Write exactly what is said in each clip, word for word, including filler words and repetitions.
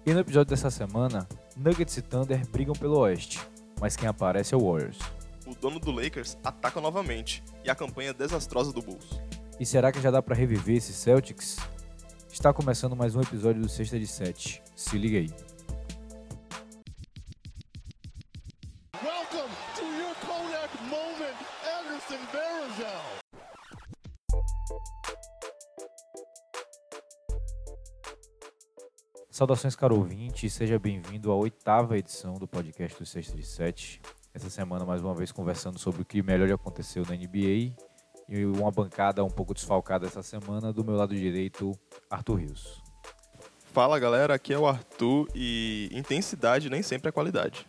E no episódio dessa semana, Nuggets e Thunder brigam pelo Oeste, mas quem aparece é o Warriors. O dono do Lakers ataca novamente e a campanha desastrosa do Bulls. E será que já dá pra reviver esses Celtics? Está começando mais um episódio do Sexta de Sete. Se liga aí. Welcome to your Kodak moment, Anderson Varejao. Saudações, caro ouvinte, e seja bem-vindo à oitava edição do podcast do Sexta de Sete. Essa semana, mais uma vez, conversando sobre o que melhor aconteceu na N B A e uma bancada um pouco desfalcada essa semana. Do meu lado direito, Arthur Rios. Fala galera, aqui é o Arthur e intensidade nem sempre é qualidade.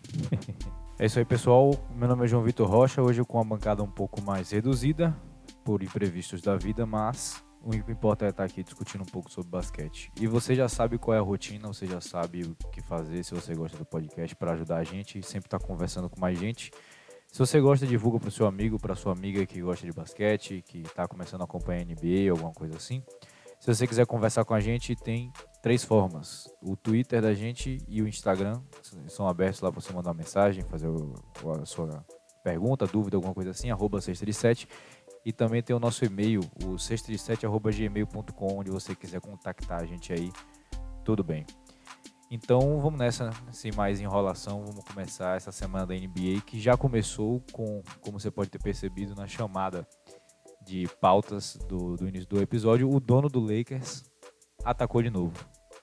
É isso aí, pessoal. Meu nome é João Vitor Rocha, hoje com uma bancada um pouco mais reduzida por imprevistos da vida, mas o que importa é estar aqui discutindo um pouco sobre basquete. E você já sabe qual é a rotina, você já sabe o que fazer se você gosta do podcast para ajudar a gente e sempre estar conversando com mais gente. Se você gosta, divulga para o seu amigo, para sua amiga que gosta de basquete, que está começando a acompanhar a N B A ou alguma coisa assim. Se você quiser conversar com a gente, tem três formas. O Twitter da gente e o Instagram são abertos lá para você mandar uma mensagem, fazer a sua pergunta, dúvida, alguma coisa assim, arroba sexta de sete. E também tem o nosso e-mail, o sexta de sete arroba gmail ponto com, onde você quiser contactar a gente aí, tudo bem. Então vamos nessa, sem mais enrolação, vamos começar essa semana da N B A, que já começou com, como você pode ter percebido na chamada de pautas do, do início do episódio, o dono do Lakers atacou de novo.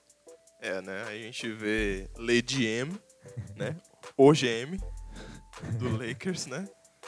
É, né? A gente vê Lady M, né? O G M do Lakers, né?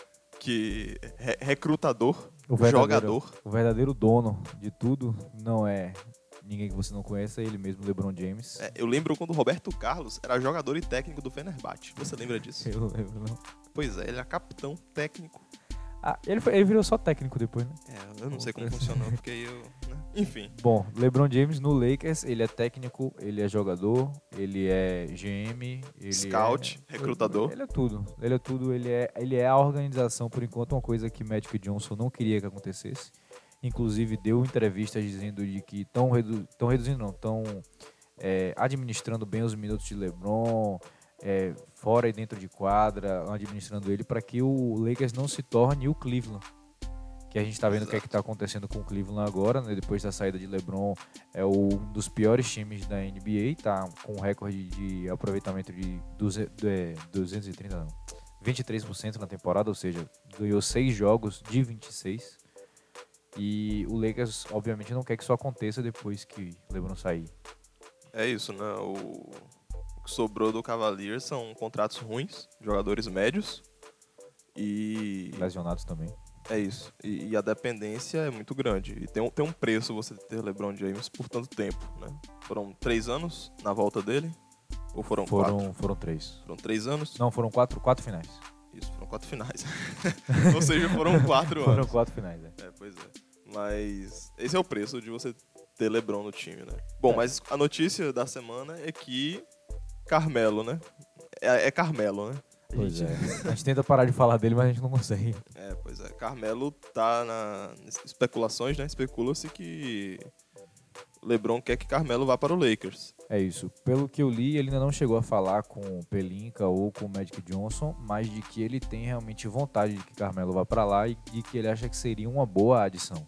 Que é recrutador, O verdadeiro, jogador. O verdadeiro dono de tudo não é ninguém que você não conheça, é ele mesmo, LeBron James. É, eu lembro quando o Roberto Carlos era jogador e técnico do Fenerbahçe. Você lembra disso? Eu não lembro, não. Pois é, ele era capitão técnico. Ah, ele, foi, ele virou só técnico depois, né? É, eu não sei como funcionou, porque eu... Né? Enfim. Bom, LeBron James no Lakers, ele é técnico, ele é jogador, ele é G M, ele Scout, é, recrutador. Ele, ele é tudo, ele é tudo, ele é, ele é a organização, por enquanto, uma coisa que Magic Johnson não queria que acontecesse. Inclusive, deu entrevistas dizendo de que estão redu- reduzindo, não, estão é, administrando bem os minutos de LeBron, é, fora e dentro de quadra, administrando ele para que o Lakers não se torne o Cleveland. Que a gente está vendo o que é que está acontecendo com o Cleveland agora, né? Depois da saída de LeBron, é um dos piores times da N B A, tá com um recorde de aproveitamento de duzentos e trinta, não, vinte e três por cento na temporada, ou seja, ganhou seis jogos de vinte e seis. E o Lakers, obviamente, não quer que isso aconteça depois que LeBron sair. É isso, né? O, o que sobrou do Cavaliers são contratos ruins, jogadores médios e... Lesionados também. É isso. E, e a dependência é muito grande. E tem um, tem um preço você ter LeBron James por tanto tempo, né? Foram três anos na volta dele? Ou foram, foram quatro? Foram três. Foram três anos? Não, foram quatro, quatro finais. Isso, foram quatro finais. Ou seja, foram quatro anos. Foram quatro finais, é. É, pois é. Mas esse é o preço de você ter LeBron no time, né? Bom, é. Mas a notícia da semana é que Carmelo, né? É, é Carmelo, né? A pois gente... é. A gente tenta parar de falar dele, mas a gente não consegue. É, pois é. Carmelo tá na especulações, né? Especula-se que LeBron quer que Carmelo vá para o Lakers. É isso. Pelo que eu li, ele ainda não chegou a falar com o Pelinka ou com o Magic Johnson, mas de que ele tem realmente vontade de que Carmelo vá para lá e de que ele acha que seria uma boa adição.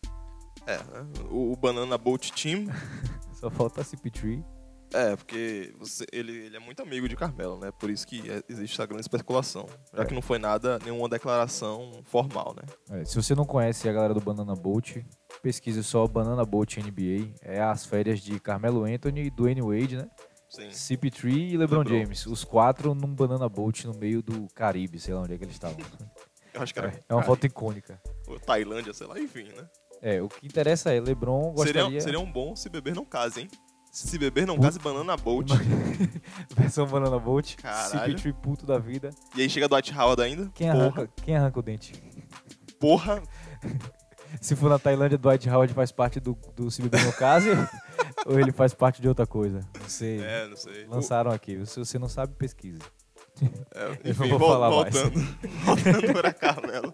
É, né? O, o Banana Boat Team... Só falta C P três. É, porque você, ele, ele é muito amigo de Carmelo, né? Por isso que é, existe essa grande especulação. Já é. que não foi nada, nenhuma declaração formal, né? É, se você não conhece a galera do Banana Boat, pesquise só Banana Boat N B A. É as férias de Carmelo Anthony, Dwayne Wade, né? Sim. C P três e LeBron, LeBron James. Os quatro num Banana Boat no meio do Caribe, sei lá onde é que eles estavam. Eu acho que era é, é uma foto icônica. Ou Tailândia, sei lá, enfim, né? É, o que interessa é, LeBron gostaria... Seria, seria um bom se beber não case, hein? Se beber não case, Banana Boat. Versão Banana Boat. Caralho. C P três puto da vida. E aí chega Dwight Howard ainda? Quem arranca, quem arranca o dente? Porra! Se for na Tailândia, Dwight Howard faz parte do, do Se Beber Não Case ou ele faz parte de outra coisa? Não sei. É, não sei. Lançaram aqui. Se você não sabe, pesquise. É, Eu enfim, não vou falar voltando, mais. voltando para Carmelo.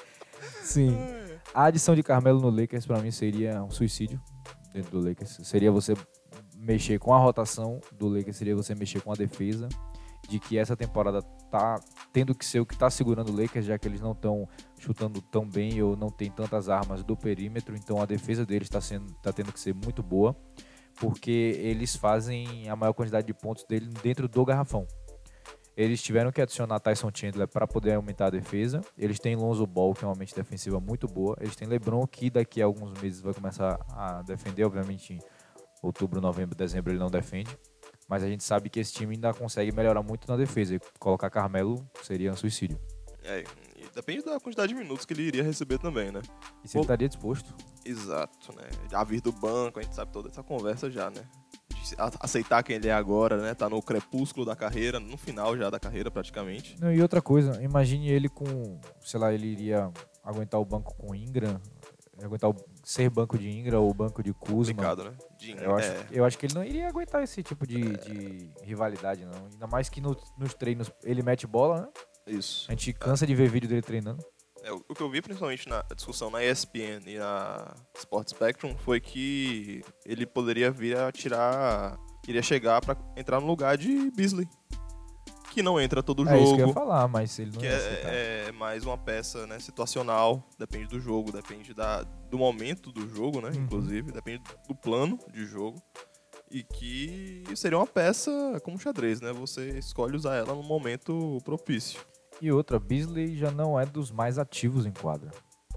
Sim. A adição de Carmelo no Lakers, pra mim, seria um suicídio dentro do Lakers. Seria você mexer com a rotação do Lakers seria você mexer com a defesa, de que essa temporada tá tendo que ser o que tá segurando o Lakers, já que eles não estão chutando tão bem ou não tem tantas armas do perímetro, então a defesa deles está sendo tá tendo que ser muito boa, porque eles fazem a maior quantidade de pontos dele dentro do garrafão. Eles tiveram que adicionar Tyson Chandler para poder aumentar a defesa. Eles têm Lonzo Ball, que é uma mente defensiva muito boa. Eles têm LeBron, que daqui a alguns meses vai começar a defender. Obviamente, em outubro, novembro, dezembro ele não defende. Mas a gente sabe que esse time ainda consegue melhorar muito na defesa. E colocar Carmelo seria um suicídio. É, e depende da quantidade de minutos que ele iria receber também, né? E se ele estaria disposto. Exato, né? Já vir do banco, a gente sabe toda essa conversa já, né? Aceitar quem ele é agora, né? Tá no crepúsculo da carreira, no final já da carreira praticamente. Não, e outra coisa, imagine ele com, sei lá, ele iria aguentar o banco com Ingram, aguentar o, ser banco de Ingram ou banco de Kuzma. Complicado, né? De Ingram, eu, acho, é. eu acho que ele não iria aguentar esse tipo de, é. de rivalidade, não. Ainda mais que no, nos treinos ele mete bola, né? Isso. A gente cansa é. de ver vídeo dele treinando. É, o que eu vi principalmente na discussão na E S P N e na Sport Spectrum foi que ele poderia vir a tirar, iria chegar para entrar no lugar de Beasley, que não entra todo jogo. É isso que eu ia falar, mas ele não que ia é, é mais uma peça, né, situacional, depende do jogo, depende da, do momento do jogo, né, uhum. inclusive, depende do plano de jogo, e que seria uma peça como xadrez, né, você escolhe usar ela no momento propício. E outra, Beasley já não é dos mais ativos em quadra.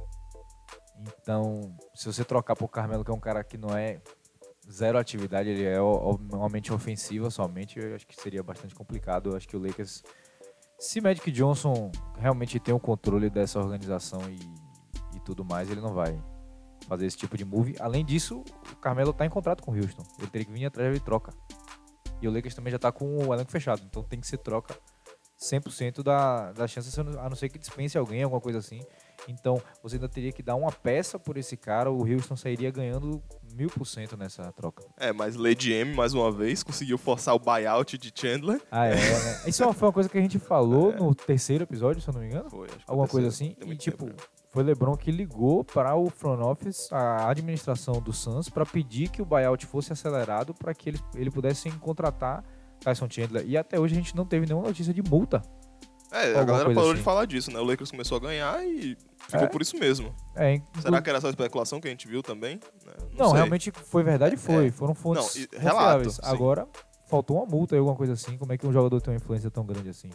Então, se você trocar por Carmelo, que é um cara que não é zero atividade, ele é uma mente ofensiva somente, eu acho que seria bastante complicado. Eu acho que o Lakers, se Magic Johnson realmente tem o controle dessa organização e, e tudo mais, ele não vai fazer esse tipo de move. Além disso, o Carmelo está em contrato com o Houston. Ele teria que vir atrás de troca. E o Lakers também já está com o elenco fechado, então tem que ser troca cem por cento da, da chance, a não ser que dispense alguém, alguma coisa assim. Então, você ainda teria que dar uma peça por esse cara, o Houston sairia ganhando mil por cento nessa troca. É, mas Lady M, mais uma vez, conseguiu forçar o buyout de Chandler. Ah, é, né? Isso foi uma coisa que a gente falou é. no terceiro episódio, se eu não me engano. Foi, acho que alguma foi coisa assim. Tem e, tipo, tempo. Foi LeBron que ligou para o front office, a administração do Suns, para pedir que o buyout fosse acelerado para que eles, ele pudessem contratar Tyson Chandler. E até hoje a gente não teve nenhuma notícia de multa. É, a galera parou assim. de falar disso, né? O Lakers começou a ganhar e ficou é. por isso mesmo. É, Será que era só especulação que a gente viu também? Não, não realmente foi verdade, foi. É. Foram fontes não, relato, Agora, faltou uma multa aí, alguma coisa assim. Como é que um jogador tem uma influência tão grande assim?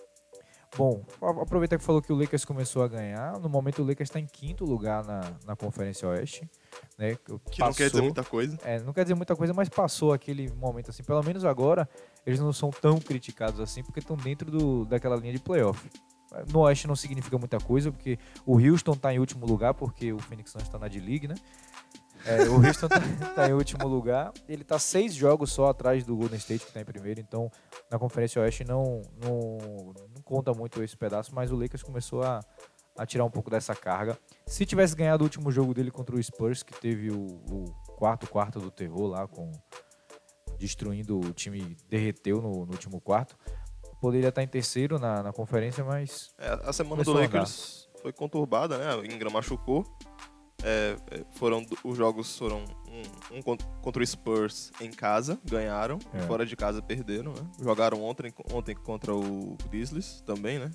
Bom, aproveitar que falou que o Lakers começou a ganhar. No momento o Lakers está em quinto lugar na, na Conferência Oeste. Né? Que passou, não quer dizer muita coisa. É, não quer dizer muita coisa, mas passou aquele momento assim. Pelo menos agora, eles não são tão criticados assim, porque estão dentro do, daquela linha de playoff. No Oeste não significa muita coisa, porque o Houston está em último lugar, porque o Phoenix Suns está na D-League, né? É, o Houston está tá em último lugar. Ele está seis jogos só atrás do Golden State, que está em primeiro. Então, na Conferência Oeste não, não, não conta muito esse pedaço, mas o Lakers começou a, a tirar um pouco dessa carga. Se tivesse ganhado o último jogo dele contra o Spurs, que teve o, o quarto quarto do terror lá, com, destruindo o time, derreteu no, no último quarto, poderia estar em terceiro na, na conferência, mas... É, a semana do Lakers foi conturbada, né? O Ingram machucou. É, foram, os jogos foram um, um contra o Spurs em casa, ganharam, é. fora de casa perderam, né? Jogaram ontem, ontem contra o Grizzlies também, né?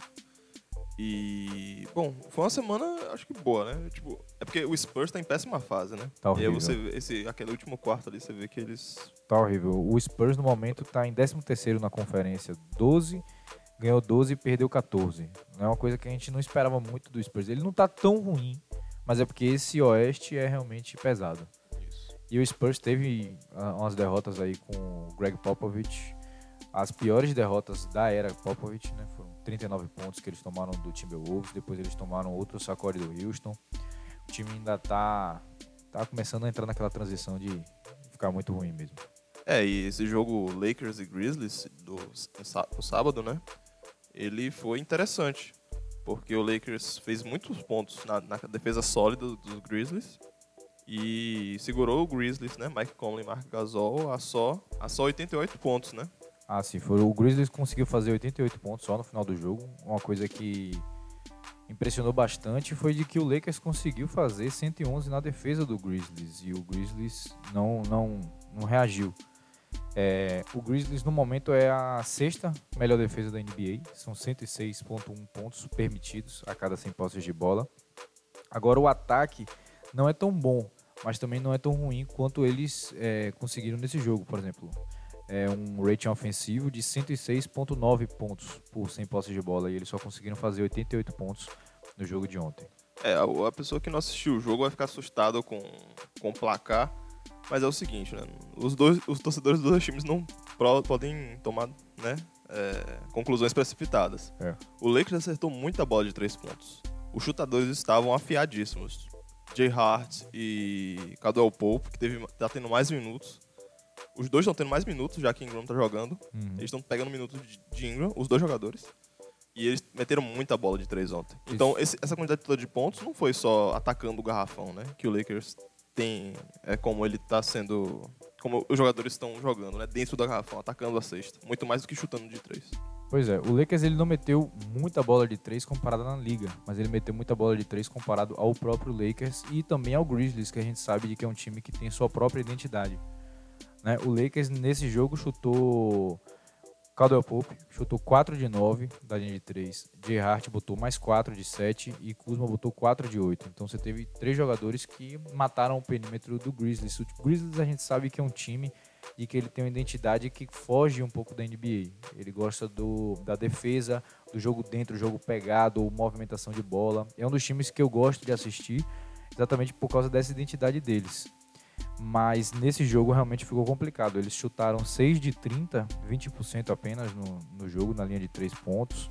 E, bom, foi uma semana, acho que boa, né? Tipo, é porque o Spurs tá em péssima fase, né? Tá horrível. E aí você vê, esse, aquele último quarto ali, você vê que eles... Tá horrível. O Spurs, no momento, tá em décimo terceiro na conferência, doze, ganhou doze e perdeu catorze. Não é uma coisa que a gente não esperava muito do Spurs. Ele não tá tão ruim, mas é porque esse Oeste é realmente pesado. Isso. E o Spurs teve uh, umas derrotas aí com o Greg Popovich. As piores derrotas da era Popovich, né? Foram trinta e nove pontos que eles tomaram do Timberwolves. Depois eles tomaram outro sacode do Houston. O time ainda tá, tá começando a entrar naquela transição de ficar muito ruim mesmo. É, e esse jogo Lakers e Grizzlies do, no sábado, né? Ele foi interessante. Porque o Lakers fez muitos pontos na, na defesa sólida dos Grizzlies e segurou o Grizzlies, né? Mike Conley e Marc Gasol a só, a só oitenta e oito pontos, né? Ah, sim. Foi, o Grizzlies conseguiu fazer oitenta e oito pontos só no final do jogo. Uma coisa que impressionou bastante foi de que o Lakers conseguiu fazer cento e onze na defesa do Grizzlies. E o Grizzlies não, não, não reagiu. É, o Grizzlies, no momento, é a sexta melhor defesa da N B A. São cento e seis vírgula um pontos permitidos a cada cem posses de bola. Agora, o ataque não é tão bom, mas também não é tão ruim quanto eles é, conseguiram nesse jogo, por exemplo. É um rating ofensivo de cento e seis vírgula nove pontos por cem posses de bola, e eles só conseguiram fazer oitenta e oito pontos no jogo de ontem. É, a pessoa que não assistiu o jogo vai ficar assustada com, com o placar, mas é o seguinte, né? Os, dois, os torcedores dos dois times não pro, podem tomar, né, é, conclusões precipitadas. É. O Lakers acertou muita bola de três pontos. Os chutadores estavam afiadíssimos. Jay Hart e Caldwell Pope, que teve, tá tendo mais minutos. Os dois estão tendo mais minutos, já que Ingram tá jogando. Uhum. Eles estão pegando minutos de Ingram, os dois jogadores. E eles meteram muita bola de três ontem. Isso. Então, esse, essa quantidade toda de pontos não foi só atacando o garrafão, né? Que o Lakers tem, é como ele tá sendo... Como os jogadores estão jogando, né? Dentro do garrafão, atacando a cesta. Muito mais do que chutando de três. Pois é, o Lakers ele não meteu muita bola de três comparada na liga, mas ele meteu muita bola de três comparado ao próprio Lakers e também ao Grizzlies, que a gente sabe de que é um time que tem sua própria identidade. Né? O Lakers nesse jogo chutou Caldwell Pope, chutou quatro de nove da linha de três, Jay Hart botou mais quatro de sete e Kuzma botou quatro de oito. Então você teve três jogadores que mataram o perímetro do Grizzlies. O Grizzlies a gente sabe que é um time e que ele tem uma identidade que foge um pouco da N B A. Ele gosta do, da defesa, do jogo dentro, jogo pegado, movimentação de bola. É um dos times que eu gosto de assistir exatamente por causa dessa identidade deles. Mas nesse jogo realmente ficou complicado. Eles chutaram seis de trinta, vinte por cento apenas no, no jogo, na linha de três pontos.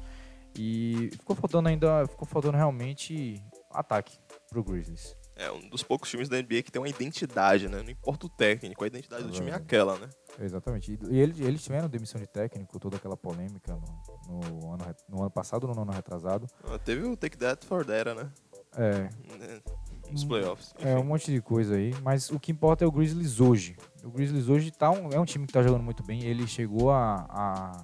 E ficou faltando ainda, ficou faltando realmente ataque pro Grizzlies. É um dos poucos times da N B A que tem uma identidade, né? Não importa o técnico, a identidade do time é aquela, né? Exatamente. E eles, eles tiveram demissão de técnico, toda aquela polêmica no, no, ano, no ano passado ou no ano retrasado. Teve o Take That for That, né? É. Nos playoffs. Enfim. É um monte de coisa aí, mas o que importa é o Grizzlies hoje. O Grizzlies hoje tá um, é um time que tá jogando muito bem. Ele chegou a, a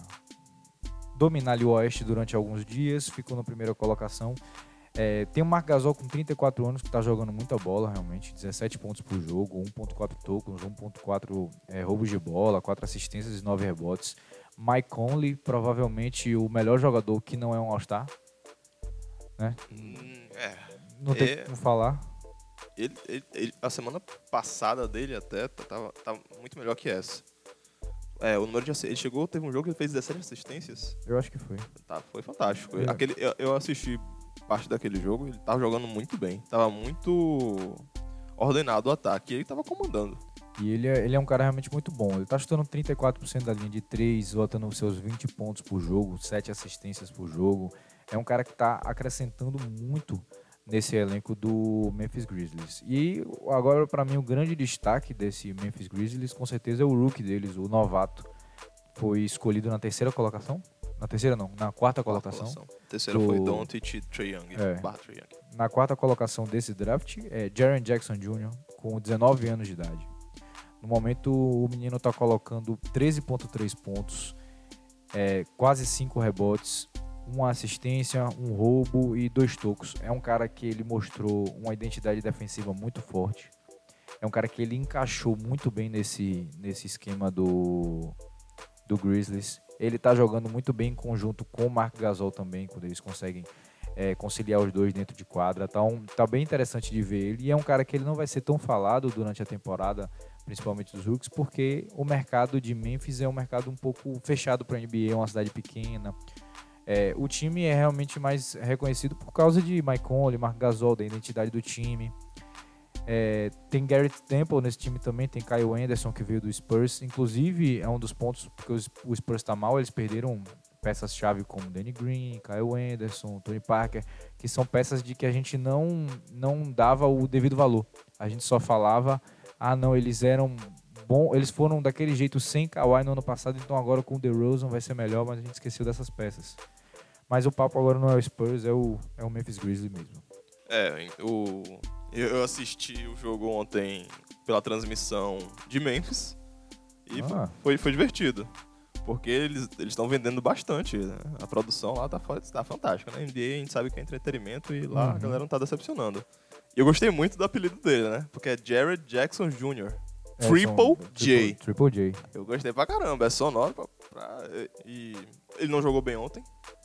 dominar ali o Oeste durante alguns dias, ficou na primeira colocação. É, tem o Marc Gasol com trinta e quatro anos que tá jogando muita bola, realmente. dezessete pontos por jogo, um vírgula quatro tocos, um vírgula quatro é, roubos de bola, quatro assistências e nove rebotes. Mike Conley, provavelmente o melhor jogador que não é um All-Star. Né? Hum, é. Não tem é... como falar. Ele, ele, ele, a semana passada dele até tava, tava muito melhor que essa. É, o número de ele chegou, teve um jogo que ele fez dezessete assistências. Eu acho que foi. Tá, foi fantástico. É. Aquele, eu, eu assisti parte daquele jogo, ele tava jogando muito bem. Tava muito ordenado o ataque e ele tava comandando. E ele é, ele é um cara realmente muito bom. Ele tá chutando trinta e quatro por cento da linha de três, botando os seus vinte pontos por jogo, sete assistências por jogo. É um cara que tá acrescentando muito nesse elenco do Memphis Grizzlies. E agora, para mim, o grande destaque desse Memphis Grizzlies, com certeza, é o rookie deles, o novato. Foi escolhido na terceira colocação. Na terceira não, na quarta colocação. colocação. A terceira do... foi Doncic e Trae Young, é. barra Trae Young. Na quarta colocação desse draft é Jaren Jackson Júnior, com dezenove anos de idade. No momento, o menino está colocando treze vírgula três pontos, é, quase cinco rebotes, uma assistência, um roubo e dois tocos. É um cara que ele mostrou uma identidade defensiva muito forte. É um cara que ele encaixou muito bem nesse, nesse esquema do, do Grizzlies. Ele tá jogando muito bem em conjunto com o Marc Gasol também, quando eles conseguem é, conciliar os dois dentro de quadra. Tá, um, tá bem interessante de ver ele. E é um cara que ele não vai ser tão falado durante a temporada, principalmente dos rookies, porque o mercado de Memphis é um mercado um pouco fechado para a N B A, é uma cidade pequena. É, o time é realmente mais reconhecido por causa de Mike Conley, Marc Gasol, da identidade do time. É, tem Garrett Temple nesse time também, tem Kyle Anderson que veio do Spurs. Inclusive, é um dos pontos, porque o Spurs está mal, eles perderam peças-chave como Danny Green, Kyle Anderson, Tony Parker, que são peças de que a gente não, não dava o devido valor. A gente só falava, ah não, eles eram bom, eles foram daquele jeito sem Kawhi no ano passado, então agora com o DeRozan vai ser melhor, mas a gente esqueceu dessas peças. Mas o papo agora não é o Spurs, é o, é o Memphis Grizzlies mesmo. É, o, eu assisti o jogo ontem pela transmissão de Memphis e ah. foi, foi divertido. Porque eles estão vendendo bastante, né? A produção lá tá, tá fantástica, né? N B A a gente sabe que é entretenimento e lá uhum. a galera não tá decepcionando. E eu gostei muito do apelido dele, né? Porque é Jared Jackson Júnior Triple são, J. Triple, Triple J. Eu gostei pra caramba, é sonoro pra, pra, e ele não jogou bem ontem,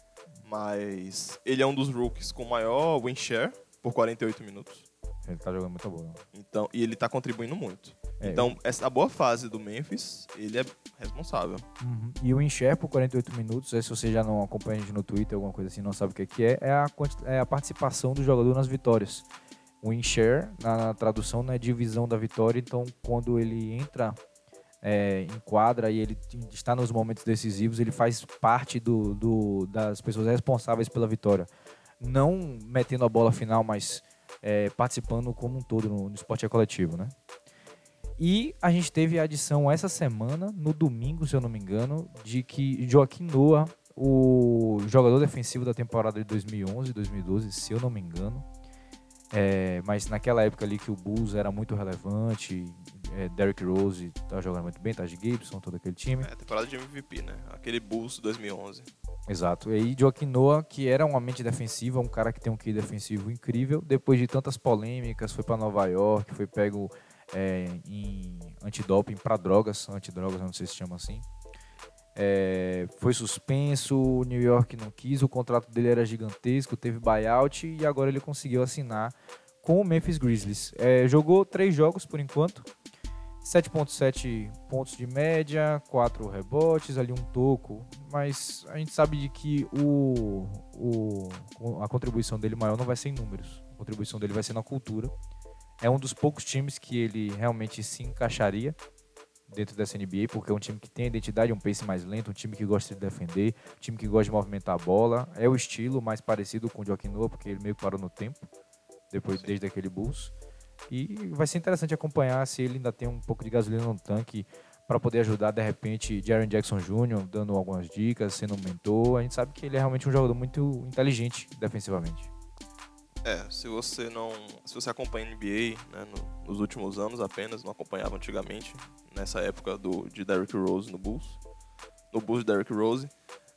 mas ele é um dos rookies com maior win share por quarenta e oito minutos. Ele tá jogando muito boa. Então, e ele tá contribuindo muito. É, então, eu... essa boa fase do Memphis, ele é responsável. Uhum. E o win-share por quarenta e oito minutos, se você já não acompanha a gente no Twitter, alguma coisa assim, não sabe o que, que é, é a, é a participação do jogador nas vitórias. O win-share, na, na tradução, não é divisão da vitória, então quando ele entra é, em quadra e ele está nos momentos decisivos, ele faz parte do, do, das pessoas responsáveis pela vitória. Não metendo a bola final, mas é, participando como um todo no, no esporte coletivo, né? E a gente teve a adição essa semana, no domingo, se eu não me engano, de que Joakim Noah, o jogador defensivo da temporada de dois mil e onze, dois mil e doze, se eu não me engano, é, mas naquela época ali que o Bulls era muito relevante, é, Derrick Rose estava jogando muito bem, Taj Gibson, todo aquele time. É, temporada de M V P, né? Aquele Bulls de dois mil e onze. Exato. E aí Joakim Noah, que era uma mente defensiva, um cara que tem um Q I defensivo incrível, depois de tantas polêmicas, foi para Nova York, foi pego é, em antidoping para drogas, antidrogas, não sei se chama assim. É, foi suspenso, o New York não quis, o contrato dele era gigantesco, teve buyout e agora ele conseguiu assinar com o Memphis Grizzlies. É, jogou três jogos por enquanto, sete vírgula sete pontos de média, quatro rebotes, ali um toco, mas a gente sabe de que o, o, a contribuição dele maior não vai ser em números, a contribuição dele vai ser na cultura. É um dos poucos times que ele realmente se encaixaria dentro dessa N B A, porque é um time que tem identidade, um pace mais lento, um time que gosta de defender, um time que gosta de movimentar a bola. É o estilo mais parecido com o Joakim Noah, porque ele meio que parou no tempo, depois desde aquele Bulls. E vai ser interessante acompanhar se ele ainda tem um pouco de gasolina no tanque para poder ajudar, de repente, Jaren Jackson Júnior, dando algumas dicas, sendo um mentor. A gente sabe que ele é realmente um jogador muito inteligente defensivamente. É, se você não, se você acompanha N B A, né, no, nos últimos anos apenas, não acompanhava antigamente, nessa época do, de Derrick Rose no Bulls, no Bulls de Derrick Rose,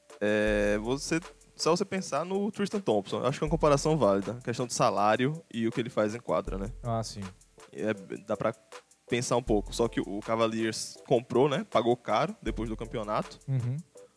é, você, só você pensar no Tristan Thompson, eu acho que é uma comparação válida, questão de salário e o que ele faz em quadra, né? Ah, sim. É, dá pra pensar um pouco, só que o Cavaliers comprou, né, pagou caro depois do campeonato, Uhum.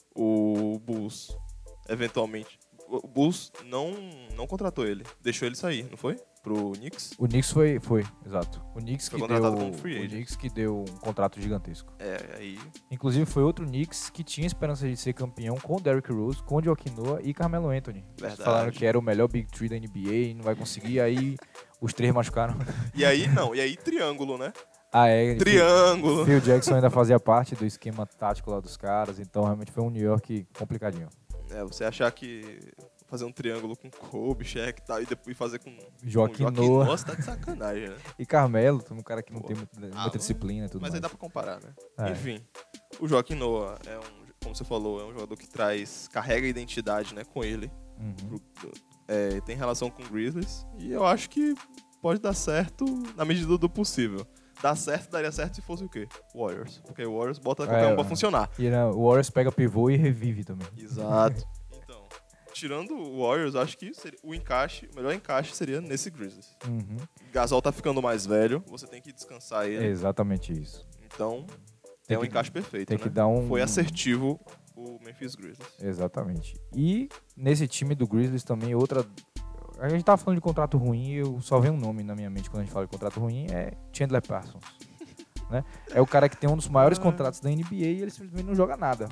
o Bulls, eventualmente, o Bulls não, não contratou ele, deixou ele sair, não foi? Pro Knicks? O Knicks foi, foi, exato. O Knicks Foi que contratado deu, como free o agent. Knicks que deu um contrato gigantesco. É, aí... Inclusive foi outro Knicks que tinha esperança de ser campeão com o Derrick Rose, com o Joakim Noah e Carmelo Anthony. Verdade. Falaram que era o melhor Big Three da N B A e não vai conseguir, aí os três machucaram. E aí, não, e aí triângulo, né? Ah, é. Triângulo. Phil Jackson ainda fazia parte do esquema tático lá dos caras, então realmente foi um New York complicadinho. É, você achar que fazer um triângulo com Kobe, Shaq e tal, e depois fazer com Joakim com Noah. Nossa, tá de sacanagem, né? E Carmelo, um cara que não Pô. tem muita, muita Ah, disciplina e tudo Mas mais. aí dá pra comparar, né? É. Enfim, o Joakim Noah é um, como você falou, é um jogador que traz, carrega a identidade, né, com ele. Uhum. Pro- é, tem relação com o Grizzlies e eu acho que pode dar certo na medida do possível. Dar certo, daria certo se fosse o quê? Warriors. Porque o Warriors bota qualquer É, um pra funcionar. E né, o Warriors pega pivô e revive também. Exato. Então, tirando o Warriors, acho que seria, o encaixe, o melhor encaixe seria nesse Grizzlies. Uhum. Gasol tá ficando mais velho, você tem que descansar ele. É exatamente isso. Então, Tem é um que- encaixe perfeito, tem né? que dar um- Foi assertivo o Memphis Grizzlies. Exatamente. E nesse time do Grizzlies também outra... A gente tava falando de contrato ruim e eu só vem um nome na minha mente quando a gente fala de contrato ruim, é Chandler Parsons. Né? É o cara que tem um dos maiores contratos da N B A e ele simplesmente não joga nada.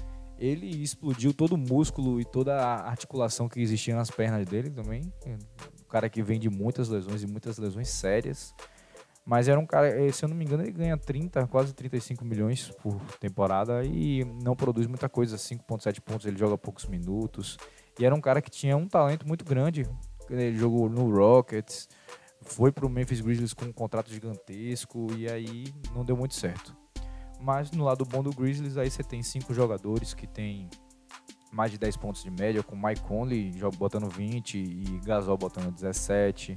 Ele explodiu todo o músculo e toda a articulação que existia nas pernas dele também. Um cara que vem de muitas lesões e muitas lesões sérias. Mas era um cara, se eu não me engano, ele ganha trinta, quase trinta e cinco milhões por temporada e não produz muita coisa, cinco vírgula sete pontos, ele joga poucos minutos. E era um cara que tinha um talento muito grande. Ele jogou no Rockets, foi pro Memphis Grizzlies com um contrato gigantesco e aí não deu muito certo. Mas no lado bom do Grizzlies, aí você tem cinco jogadores que tem mais de dez pontos de média, com Mike Conley botando vinte e Gasol botando dezessete.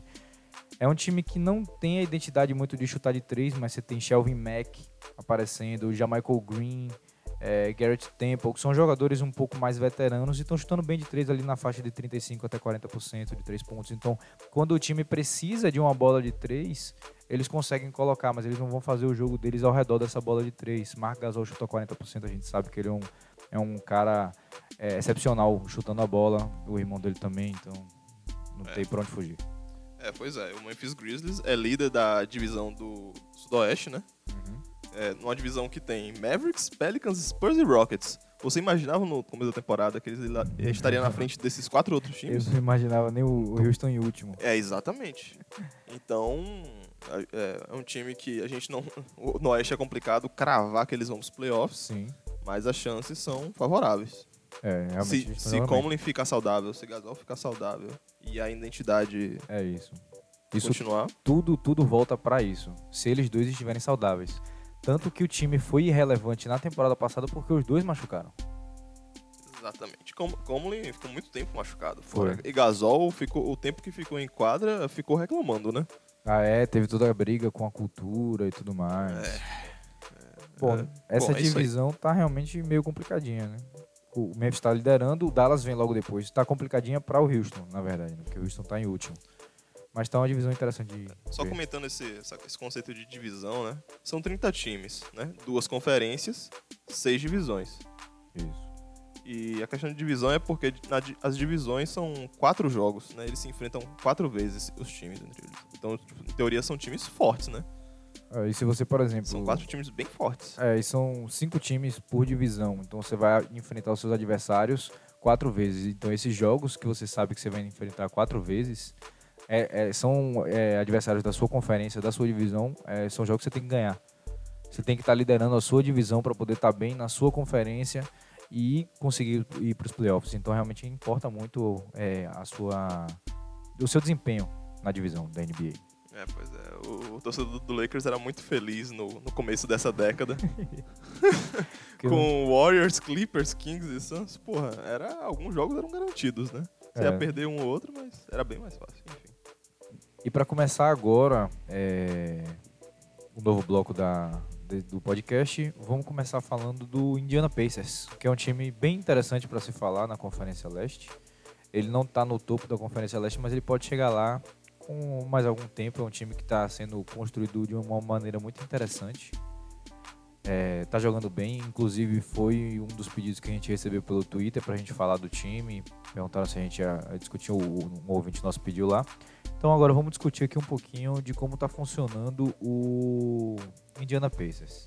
É um time que não tem a identidade muito de chutar de três, mas você tem Shelvin Mack aparecendo, Jamichael Green, é, Garrett Temple, que são jogadores um pouco mais veteranos e estão chutando bem de três ali na faixa de trinta e cinco até quarenta por cento de três pontos. Então, quando o time precisa de uma bola de três, eles conseguem colocar, mas eles não vão fazer o jogo deles ao redor dessa bola de três. Marc Gasol chutou quarenta por cento, a gente sabe que ele é um, é um cara é, excepcional chutando a bola, o irmão dele também, então não é. tem pra onde fugir. É, pois é, o Memphis Grizzlies é líder da divisão do Sudoeste, né? Uhum. É, numa divisão que tem Mavericks, Pelicans, Spurs e Rockets. Você imaginava no começo da temporada que eles estariam na frente desses quatro outros times? Eu não imaginava nem o Houston em último. É, exatamente. Então, é, é um time que a gente não... No Oeste é complicado cravar que eles vão pros playoffs. Sim. Mas as chances são favoráveis. É, realmente. Se, se Conley ficar saudável, se Gasol ficar saudável e a identidade... É isso. Isso continuar. Tudo, tudo volta pra isso. Se eles dois estiverem saudáveis. Tanto que o time foi irrelevante na temporada passada porque os dois machucaram. Exatamente. Conley ficou muito tempo machucado. Fora. E Gasol, ficou, o tempo que ficou em quadra, ficou reclamando, né? Ah, é. Teve toda a briga com a cultura e tudo mais. É. é Bom, é, essa bom, divisão é tá realmente meio complicadinha, né? O Memphis tá liderando, o Dallas vem logo depois. Tá complicadinha para o Houston, na verdade, né? Porque o Houston tá em último. Mas tá uma divisão interessante de Só ver. Comentando esse, esse conceito de divisão, né? São trinta times, né? Duas conferências, seis divisões. Isso. E a questão de divisão é porque na, as divisões são quatro jogos, né? Eles se enfrentam quatro vezes, os times entre eles. Então, em teoria, são times fortes, né? É, e se você, por exemplo... São quatro times bem fortes. É, e são cinco times por divisão. Então, você vai enfrentar os seus adversários quatro vezes. Então, esses jogos que você sabe que você vai enfrentar quatro vezes... É, é, são é, adversários da sua conferência, da sua divisão, é, são jogos que você tem que ganhar. Você tem que estar tá liderando a sua divisão para poder estar tá bem na sua conferência e conseguir ir para os playoffs. Então, realmente importa muito é, a sua, o seu desempenho na divisão da N B A. É, pois é. O, o torcedor do Lakers era muito feliz no, no começo dessa década. Com Warriors, Clippers, Kings e Suns. Porra, era, alguns jogos eram garantidos, né? Você é. ia perder um ou outro, mas era bem mais fácil. Enfim. E para começar agora é, o novo bloco da, de, do podcast, vamos começar falando do Indiana Pacers, que é um time bem interessante para se falar na Conferência Leste. Ele não está no topo da Conferência Leste, mas ele pode chegar lá com mais algum tempo. É um time que está sendo construído de uma maneira muito interessante. É, tá jogando bem, inclusive foi um dos pedidos que a gente recebeu pelo Twitter pra gente falar do time. Perguntaram se a gente ia discutir, um ouvinte nosso pediu lá. Então agora vamos discutir aqui um pouquinho de como tá funcionando o Indiana Pacers.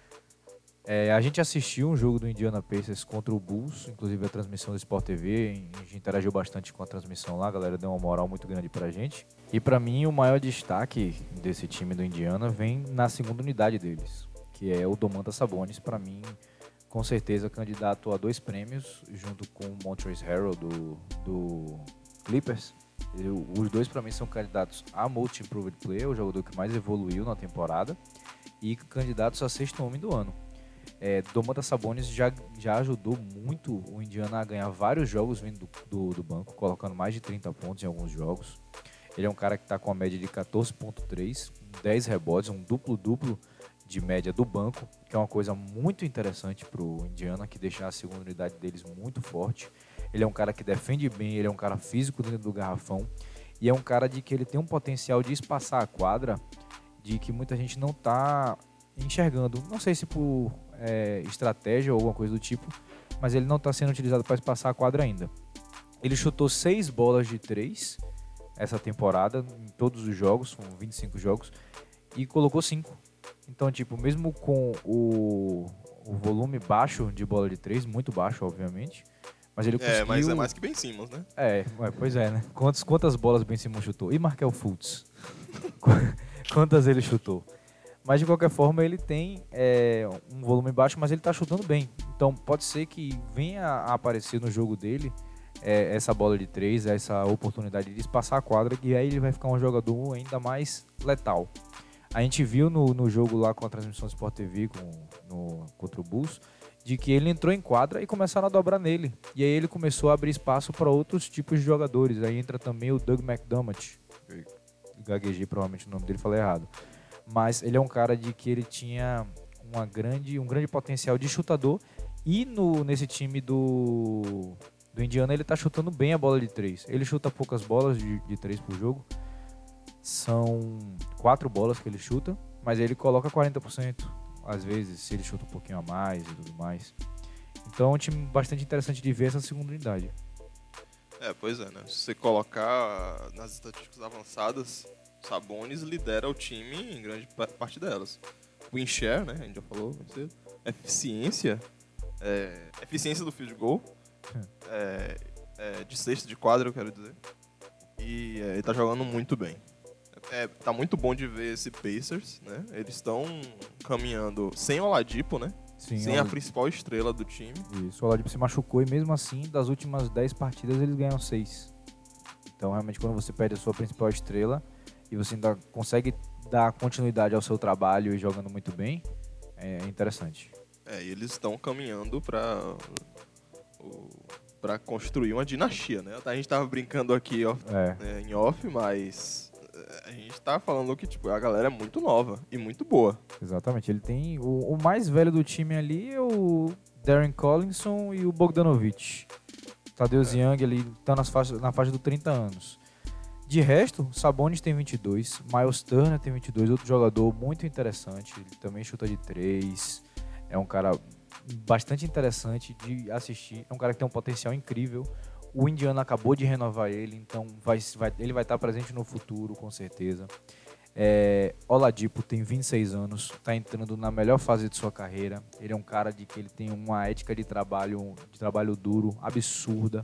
É, a gente assistiu um jogo do Indiana Pacers contra o Bulls, inclusive a transmissão do Sport T V, a gente interagiu bastante com a transmissão lá, a galera deu uma moral muito grande pra gente. E pra mim o maior destaque desse time do Indiana vem na segunda unidade deles, que é o Domantas Sabonis, para mim, com certeza, candidato a dois prêmios, junto com o Montrezl Harrell do, do Clippers. Eu, os dois, para mim, são candidatos a Most Improved Player, o jogador que mais evoluiu na temporada, e candidatos a sexto homem do ano. É, Domantas Sabonis já, já ajudou muito o Indiana a ganhar vários jogos vindo do, do, do banco, colocando mais de trinta pontos em alguns jogos. Ele é um cara que está com a média de quatorze ponto três, dez rebotes, um duplo-duplo de média do banco, que é uma coisa muito interessante para o Indiana, que deixa a segunda unidade deles muito forte. Ele é um cara que defende bem, ele é um cara físico dentro do garrafão, e é um cara de que ele tem um potencial de espaçar a quadra, de que muita gente não está enxergando. Não sei se por é, estratégia ou alguma coisa do tipo, mas ele não está sendo utilizado para espaçar a quadra ainda. Ele chutou seis bolas de três essa temporada, em todos os jogos, são vinte e cinco jogos, e colocou cinco. Então, tipo, mesmo com o, o volume baixo de bola de três, muito baixo, obviamente, mas ele conseguiu... É, mas é mais que Ben Simmons, né? É, pois é, né? Quantas, quantas bolas Ben Simmons chutou? E Markelle Fultz? Quantas ele chutou? Mas, de qualquer forma, ele tem é, um volume baixo, mas ele tá chutando bem. Então, pode ser que venha a aparecer no jogo dele é, essa bola de três, essa oportunidade de espaçar a quadra, e aí ele vai ficar um jogador ainda mais letal. A gente viu no, no jogo lá com a transmissão do Sport T V com, no, contra o Bulls, de que ele entrou em quadra e começaram a dobrar nele. E aí ele começou a abrir espaço para outros tipos de jogadores. Aí entra também o Doug McDermott. Gaguejei provavelmente o nome dele, falei errado. Mas ele é um cara de que ele tinha uma grande, um grande potencial de chutador E no, nesse time do, do Indiana, ele tá chutando bem a bola de três. Ele chuta poucas bolas de, de três por jogo. São quatro bolas que ele chuta, mas ele coloca quarenta por cento. Às vezes, se ele chuta um pouquinho a mais e tudo mais. Então é um time bastante interessante de ver essa segunda unidade. É, pois é, né? Se você colocar nas estatísticas avançadas, Sabonis lidera o time em grande parte delas. Win share, né? A gente já falou. Eficiência. É, eficiência do field goal. É, é, de cesta de quadra, eu quero dizer. E é, ele tá jogando muito bem. É, tá muito bom de ver esse Pacers, né? Eles estão caminhando sem o Oladipo, né? Sim, sem o... a principal estrela do time. Isso, o Oladipo se machucou e mesmo assim, das últimas dez partidas, eles ganham seis. Então, realmente, quando você perde a sua principal estrela e você ainda consegue dar continuidade ao seu trabalho e jogando muito bem, é interessante. É, e eles estão caminhando para para construir uma dinastia, né? A gente tava brincando aqui off, é. né, em off, mas a gente tá falando que tipo, a galera é muito nova e muito boa. Exatamente. Ele tem o, o mais velho do time ali é o Darren Collinson e o Bogdanovic. Tadeusz é. Young ali tá nas faixas, na faixa dos trinta anos. De resto, Sabonis tem vinte e dois, Miles Turner tem vinte e dois, outro jogador muito interessante, ele também chuta de três, é um cara bastante interessante de assistir, é um cara que tem um potencial incrível. O Indiana acabou de renovar ele, então vai, vai, ele vai estar presente no futuro, com certeza. É, Oladipo tem vinte e seis anos, está entrando na melhor fase de sua carreira. Ele é um cara de que ele tem uma ética de trabalho, de trabalho duro, absurda.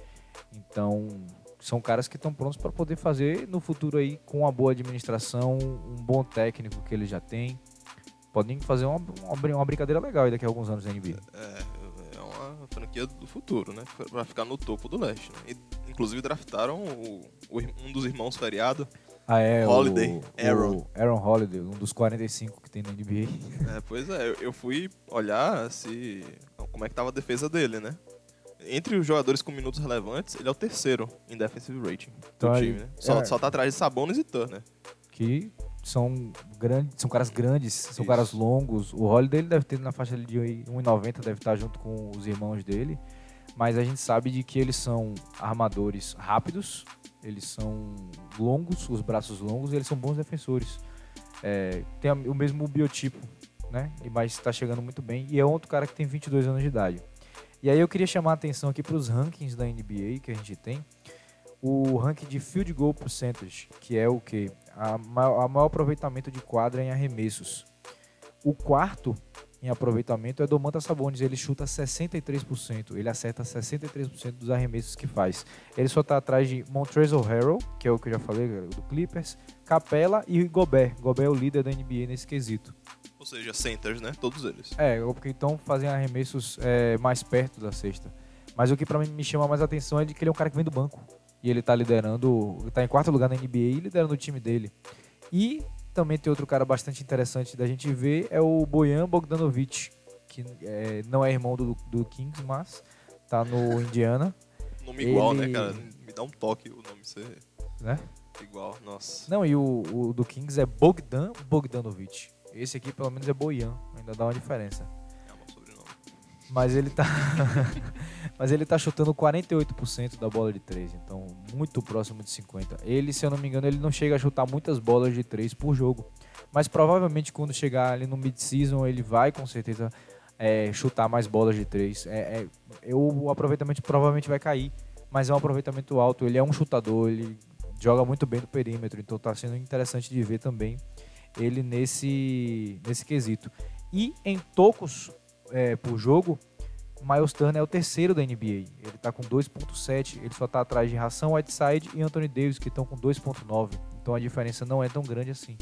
Então, são caras que estão prontos para poder fazer no futuro aí, com uma boa administração, um bom técnico que ele já tem. Podem fazer uma, uma, uma brincadeira legal aí daqui a alguns anos na N B A. É, é uma franquia do futuro, né? Para ficar no topo do leste. Né? E, inclusive draftaram o, o, um dos irmãos feriado. Ah, é, Holiday, o, Aaron. O Aaron Holiday, um dos quarenta e cinco que tem na N B A. É, pois é, eu, eu fui olhar se, como é que tava a defesa dele, né? Entre os jogadores com minutos relevantes, ele é o terceiro em defensive rating do então, time, né? Só, é, só tá atrás de Sabonis e Turner. Que são, grandes, são caras grandes, são Isso. caras longos. O Holiday ele deve ter na faixa de um e noventa, deve estar junto com os irmãos dele. Mas a gente sabe de que eles são armadores rápidos, eles são longos, os braços longos, e eles são bons defensores. É, tem o mesmo biotipo, né? Mas está chegando muito bem. E é outro cara que tem vinte e dois anos de idade. E aí eu queria chamar a atenção aqui para os rankings da N B A que a gente tem. O ranking de Field Goal Percentage, que é o quê? A maior, a maior aproveitamento de quadra em arremessos. O quarto em aproveitamento é Domantas Sabonis, ele chuta sessenta e três por cento, ele acerta sessenta e três por cento dos arremessos que faz. Ele só está atrás de Montrezl Harrell, que é o que eu já falei, do Clippers, Capela e Gobert. Gobert é o líder da N B A nesse quesito. Ou seja, centers, né? Todos eles. É, porque então fazem arremessos é, mais perto da cesta. Mas o que pra mim me chama mais atenção é de que ele é um cara que vem do banco. E ele tá liderando, tá em quarto lugar na N B A e liderando o time dele. E também tem outro cara bastante interessante da gente ver, é o Bojan Bogdanovic, que é, não é irmão do, do Kings, mas tá no Indiana. Nome igual, ele... né, cara? Me dá um toque o nome ser né? igual, nossa. Não, e o, o do Kings é Bogdan Bogdanovic. Esse aqui pelo menos é Bojan, ainda dá uma diferença. É um sobrenome. Mas ele tá Mas ele tá chutando quarenta e oito por cento da bola de três, então muito próximo de cinquenta por cento. Ele, se eu não me engano, ele não chega a chutar muitas bolas de três por jogo, mas provavelmente quando chegar ali no mid-season ele vai com certeza é, chutar mais bolas de três. É, é, o aproveitamento provavelmente vai cair, mas é um aproveitamento alto. Ele é um chutador, ele joga muito bem do perímetro, então tá sendo interessante de ver também ele nesse, nesse quesito. E em tocos é, por jogo, Miles Turner é o terceiro da N B A. Ele está com dois ponto sete, ele só está atrás de Hassan Whiteside e Anthony Davis, que estão com dois ponto nove. Então a diferença não é tão grande assim.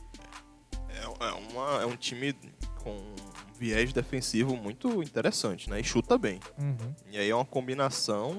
É, é, uma, é um time com um viés defensivo muito interessante, né? E chuta bem. Uhum. E aí é uma combinação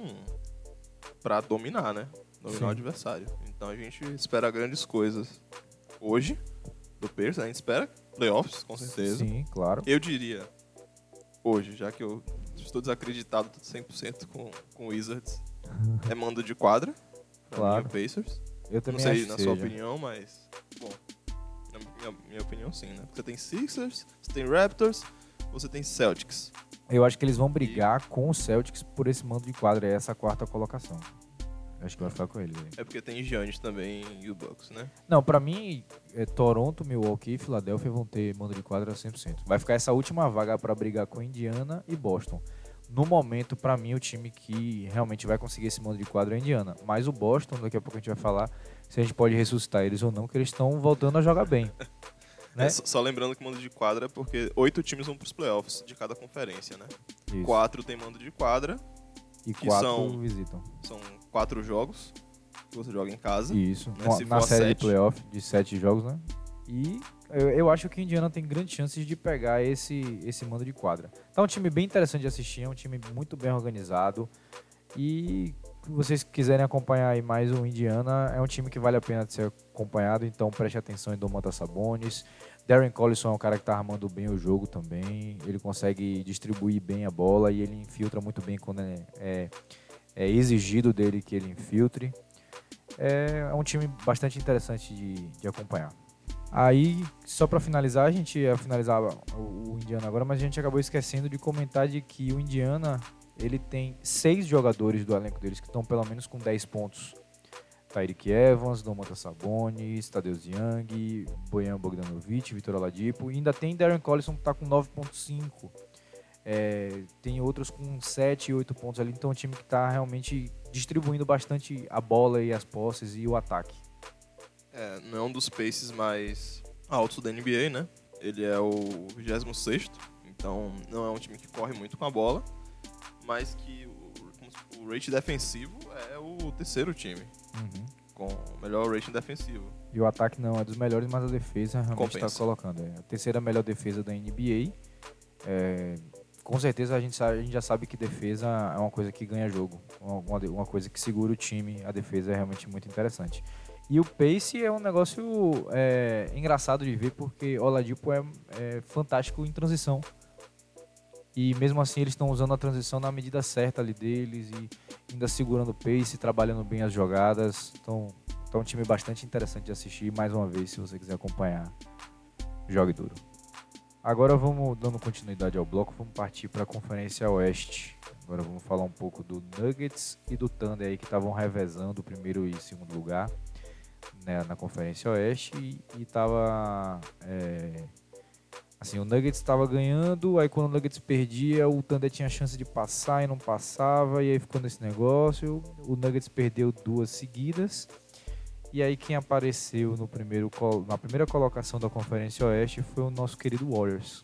para dominar, né? Dominar Sim. o adversário. Então a gente espera grandes coisas hoje do Pacers, a gente espera playoffs, com certeza. Sim, claro. Eu diria hoje, já que eu estou desacreditado cem por cento com, com o Wizards, é mando de quadra pra claro. mim, o Pacers. Eu também Não sei acho na que sua seja. opinião, mas bom, na minha, minha opinião sim, né? Você tem Sixers, você tem Raptors, você tem Celtics. Eu acho que eles vão brigar e... com o Celtics por esse mando de quadra, é essa quarta colocação. Eu acho que vai ficar com ele. Véio. É porque tem Giannis também e o Bucks, né? Não, pra mim, é, Toronto, Milwaukee e Filadélfia vão ter mando de quadra cem por cento. Vai ficar essa última vaga pra brigar com Indiana e Boston. No momento, pra mim, o time que realmente vai conseguir esse mando de quadra é Indiana. Mas o Boston, daqui a pouco a gente vai falar se a gente pode ressuscitar eles ou não, que eles estão voltando a jogar bem. Né? É, só lembrando que mando de quadra é porque oito times vão pros playoffs de cada conferência, né? Isso. Quatro tem mando de quadra. E quatro são, visitam. São quatro jogos que você joga em casa. Isso, né? Se na for série sete. de playoff de sete jogos, né? E eu, eu acho que o Indiana tem grandes chances de pegar esse, esse mando de quadra. Tá um time bem interessante de assistir, é um time muito bem organizado. E se vocês quiserem acompanhar aí mais o Indiana, é um time que vale a pena de ser acompanhado, então preste atenção em Domantas Sabonis. Darren Collison é um cara que tá armando bem o jogo também, ele consegue distribuir bem a bola e ele infiltra muito bem quando é, é, é exigido dele que ele infiltre. É, é um time bastante interessante de, de acompanhar. Aí, só para finalizar, a gente ia finalizar o, o Indiana agora, mas a gente acabou esquecendo de comentar de que o Indiana, ele tem seis jogadores do elenco deles que estão pelo menos com dez pontos. Tyreke Evans, Domantas Sabonis, Tadeusz Young, Bojan Bogdanovic, Vitor Oladipo. E ainda tem Darren Collison que está com nove ponto cinco. É, tem outros com sete e oito pontos ali. Então é um time que está realmente distribuindo bastante a bola e as posses e o ataque. É, não é um dos paces mais altos da N B A, né? Ele é o vigésimo sexto, então não é um time que corre muito com a bola, mas que o, o rate defensivo é o terceiro time, uhum. com o melhor rating defensivo. E o ataque não é dos melhores, mas a defesa realmente está Compensa. colocando. É a terceira melhor defesa da N B A. É, com certeza a gente, sabe, a gente já sabe que defesa é uma coisa que ganha jogo, uma, uma coisa que segura o time. A defesa é realmente muito interessante. E o pace é um negócio é, engraçado de ver, porque Oladipo é, é fantástico em transição. E mesmo assim eles estão usando a transição na medida certa ali deles e ainda segurando o pace, trabalhando bem as jogadas. Então, então é um time bastante interessante de assistir. Mais uma vez, se você quiser acompanhar, jogue duro. Agora vamos, dando continuidade ao bloco, vamos partir para a Conferência Oeste. Agora vamos falar um pouco do Nuggets e do Thunder aí, que estavam revezando o primeiro e segundo lugar, né, na Conferência Oeste, e estava é, assim, o Nuggets estava ganhando, aí quando o Nuggets perdia, o Thunder tinha chance de passar e não passava, e aí ficou nesse negócio. O Nuggets perdeu duas seguidas, e aí quem apareceu no primeiro, na primeira colocação da Conferência Oeste foi o nosso querido Warriors.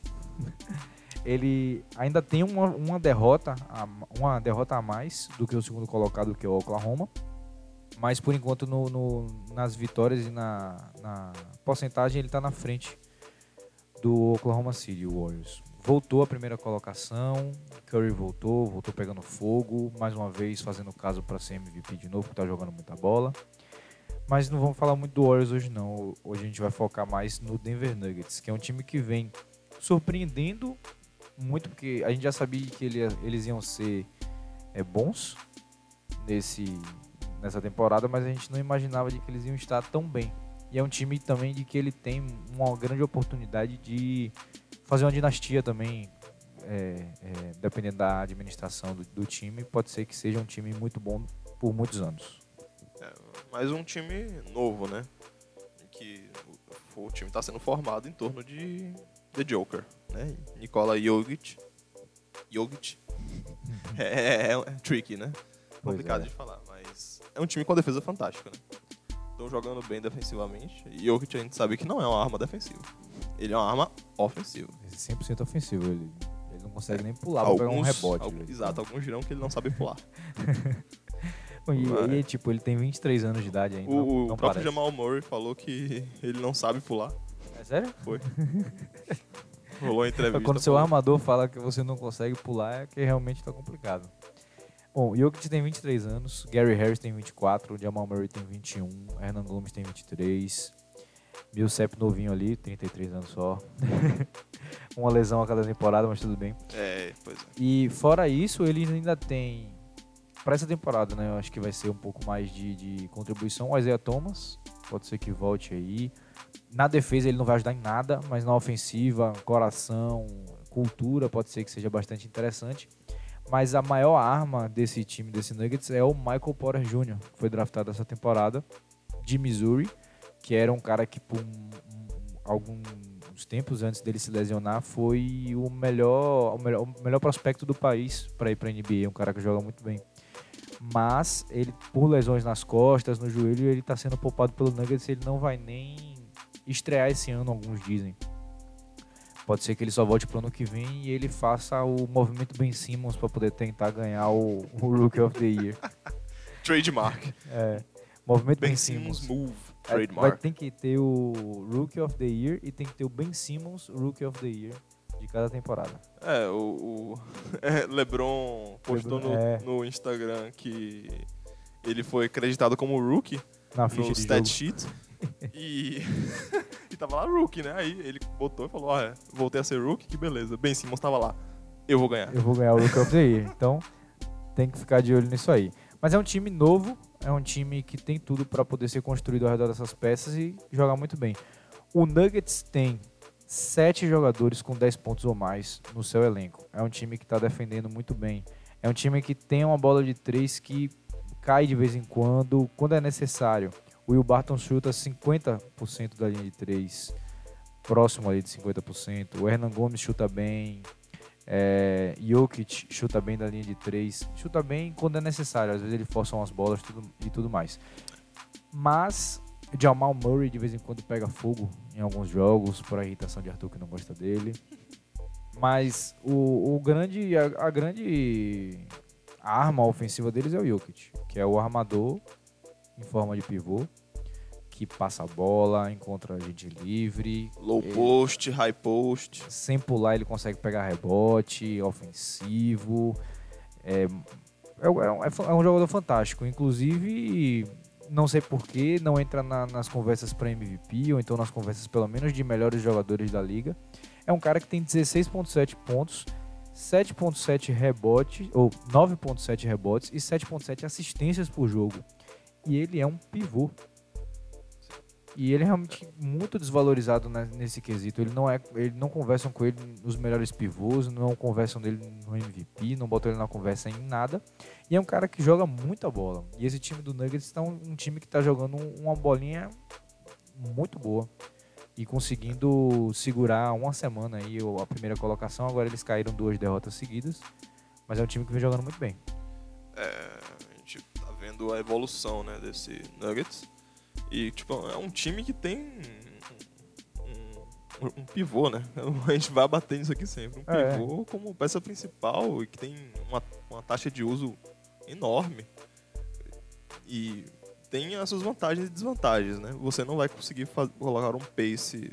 Ele ainda tem uma, uma, derrota, uma derrota a mais do que o segundo colocado, que é o Oklahoma. Mas por enquanto no, no, nas vitórias e na, na porcentagem ele está na frente do Oklahoma City Warriors. Voltou à primeira colocação, Curry voltou, voltou pegando fogo, mais uma vez fazendo caso para ser M V P de novo, porque está jogando muita bola. Mas não vamos falar muito do Warriors hoje não, hoje a gente vai focar mais no Denver Nuggets, que é um time que vem surpreendendo muito, porque a gente já sabia que ele, eles iam ser é, bons nesse... nessa temporada, mas a gente não imaginava de que eles iam estar tão bem. E é um time também de que ele tem uma grande oportunidade de fazer uma dinastia também, é, é, dependendo da administração do, do time, pode ser que seja um time muito bom por muitos anos. É, mais um time novo, né? Que o, o time está sendo formado em torno de The Joker, né? Nikola Jokic. Jokic. é, é, é tricky, né? Complicado é. de falar, mas é um time com a defesa fantástica, né? Estão jogando bem defensivamente. E Jokic a gente sabe que não é uma arma defensiva. Ele é uma arma ofensiva. cem por cento ofensivo. Ele, ele não consegue é. nem pular alguns, pra pegar um rebote. Alguns, exato, alguns dirão que ele não sabe pular. e, e tipo, ele tem vinte e três anos de idade ainda. O, não, não o próprio parece. Jamal Murray falou que ele não sabe pular. É sério? Foi. Rolou a entrevista. Quando seu armador fala que você não consegue pular, é que realmente tá complicado. Bom, Jokic tem vinte e três anos, Gary Harris tem vinte e quatro, Jamal Murray tem vinte e um, Hernan Gomes tem vinte e três, Millsap novinho ali, trinta e três anos só. Uma lesão a cada temporada, mas tudo bem. É, pois é. E fora isso, ele ainda tem, para essa temporada, né, eu acho que vai ser um pouco mais de, de contribuição, o Isaiah Thomas, pode ser que volte aí. Na defesa ele não vai ajudar em nada, mas na ofensiva, coração, cultura pode ser que seja bastante interessante. Mas a maior arma desse time, desse Nuggets, é o Michael Porter Júnior, que foi draftado essa temporada, de Missouri, que era um cara que por um, um, alguns tempos antes dele se lesionar foi o melhor, o melhor, o melhor prospecto do país para ir para a N B A, um cara que joga muito bem. Mas ele, por lesões nas costas, no joelho, ele está sendo poupado pelo Nuggets e ele não vai nem estrear esse ano, alguns dizem. Pode ser que ele só volte pro ano que vem e ele faça o movimento Ben Simmons para poder tentar ganhar o, o Rookie of the Year. Trademark. É, movimento Ben, Ben Simmons. Simmons move. É, Trademark. vai ter que ter o Rookie of the Year e tem que ter o Ben Simmons Rookie of the Year de cada temporada. É, o, o é, LeBron postou LeBron, no, é. no Instagram que ele foi acreditado como rookie Na ficha no de stat jogo. sheet e, e tava lá rookie, né? Aí ele botou e falou, ó, é, voltei a ser rookie, que beleza. Ben Simmons tava lá, eu vou ganhar. Eu vou ganhar o Rookie of the Year. Então, tem que ficar de olho nisso aí. Mas é um time novo, é um time que tem tudo para poder ser construído ao redor dessas peças e jogar muito bem. O Nuggets tem sete jogadores com dez pontos ou mais no seu elenco. É um time que está defendendo muito bem. É um time que tem uma bola de três que cai de vez em quando, quando é necessário. O Will Barton chuta cinquenta por cento da linha de três, próximo ali de cinquenta por cento. O Hernan Gomes chuta bem. É, Jokic chuta bem da linha de três, chuta bem quando é necessário, às vezes ele força umas bolas tudo, e tudo mais. Mas Jamal Murray de vez em quando pega fogo em alguns jogos por a irritação de Arthur que não gosta dele. Mas o, o grande, a, a grande arma ofensiva deles é o Jokic, que é o armador em forma de pivô, que passa a bola, encontra gente livre. Low ele, post, high post. Sem pular ele consegue pegar rebote, ofensivo. É, é, é, é um jogador fantástico. Inclusive, não sei porquê, não entra na, nas conversas para M V P, ou então nas conversas pelo menos de melhores jogadores da liga. É um cara que tem dezesseis vírgula sete pontos, sete vírgula sete rebotes, ou nove vírgula sete rebotes e sete vírgula sete assistências por jogo. E ele é um pivô. E ele é realmente muito desvalorizado nesse quesito. Ele não é, ele não conversam com ele nos melhores pivôs, não conversam dele no M V P, não botam ele na conversa em nada. E é um cara que joga muita bola. E esse time do Nuggets está um, um time que está jogando uma bolinha muito boa e conseguindo segurar uma semana aí a primeira colocação. Agora eles caíram duas derrotas seguidas, mas é um time que vem jogando muito bem. É, a gente tá vendo a evolução, né, desse Nuggets. E, tipo, é um time que tem um, um, um pivô, né? A gente vai bater nisso aqui sempre. Um pivô é. como peça principal e que tem uma, uma taxa de uso enorme. E tem as suas vantagens e desvantagens, né? Você não vai conseguir fazer, colocar um pace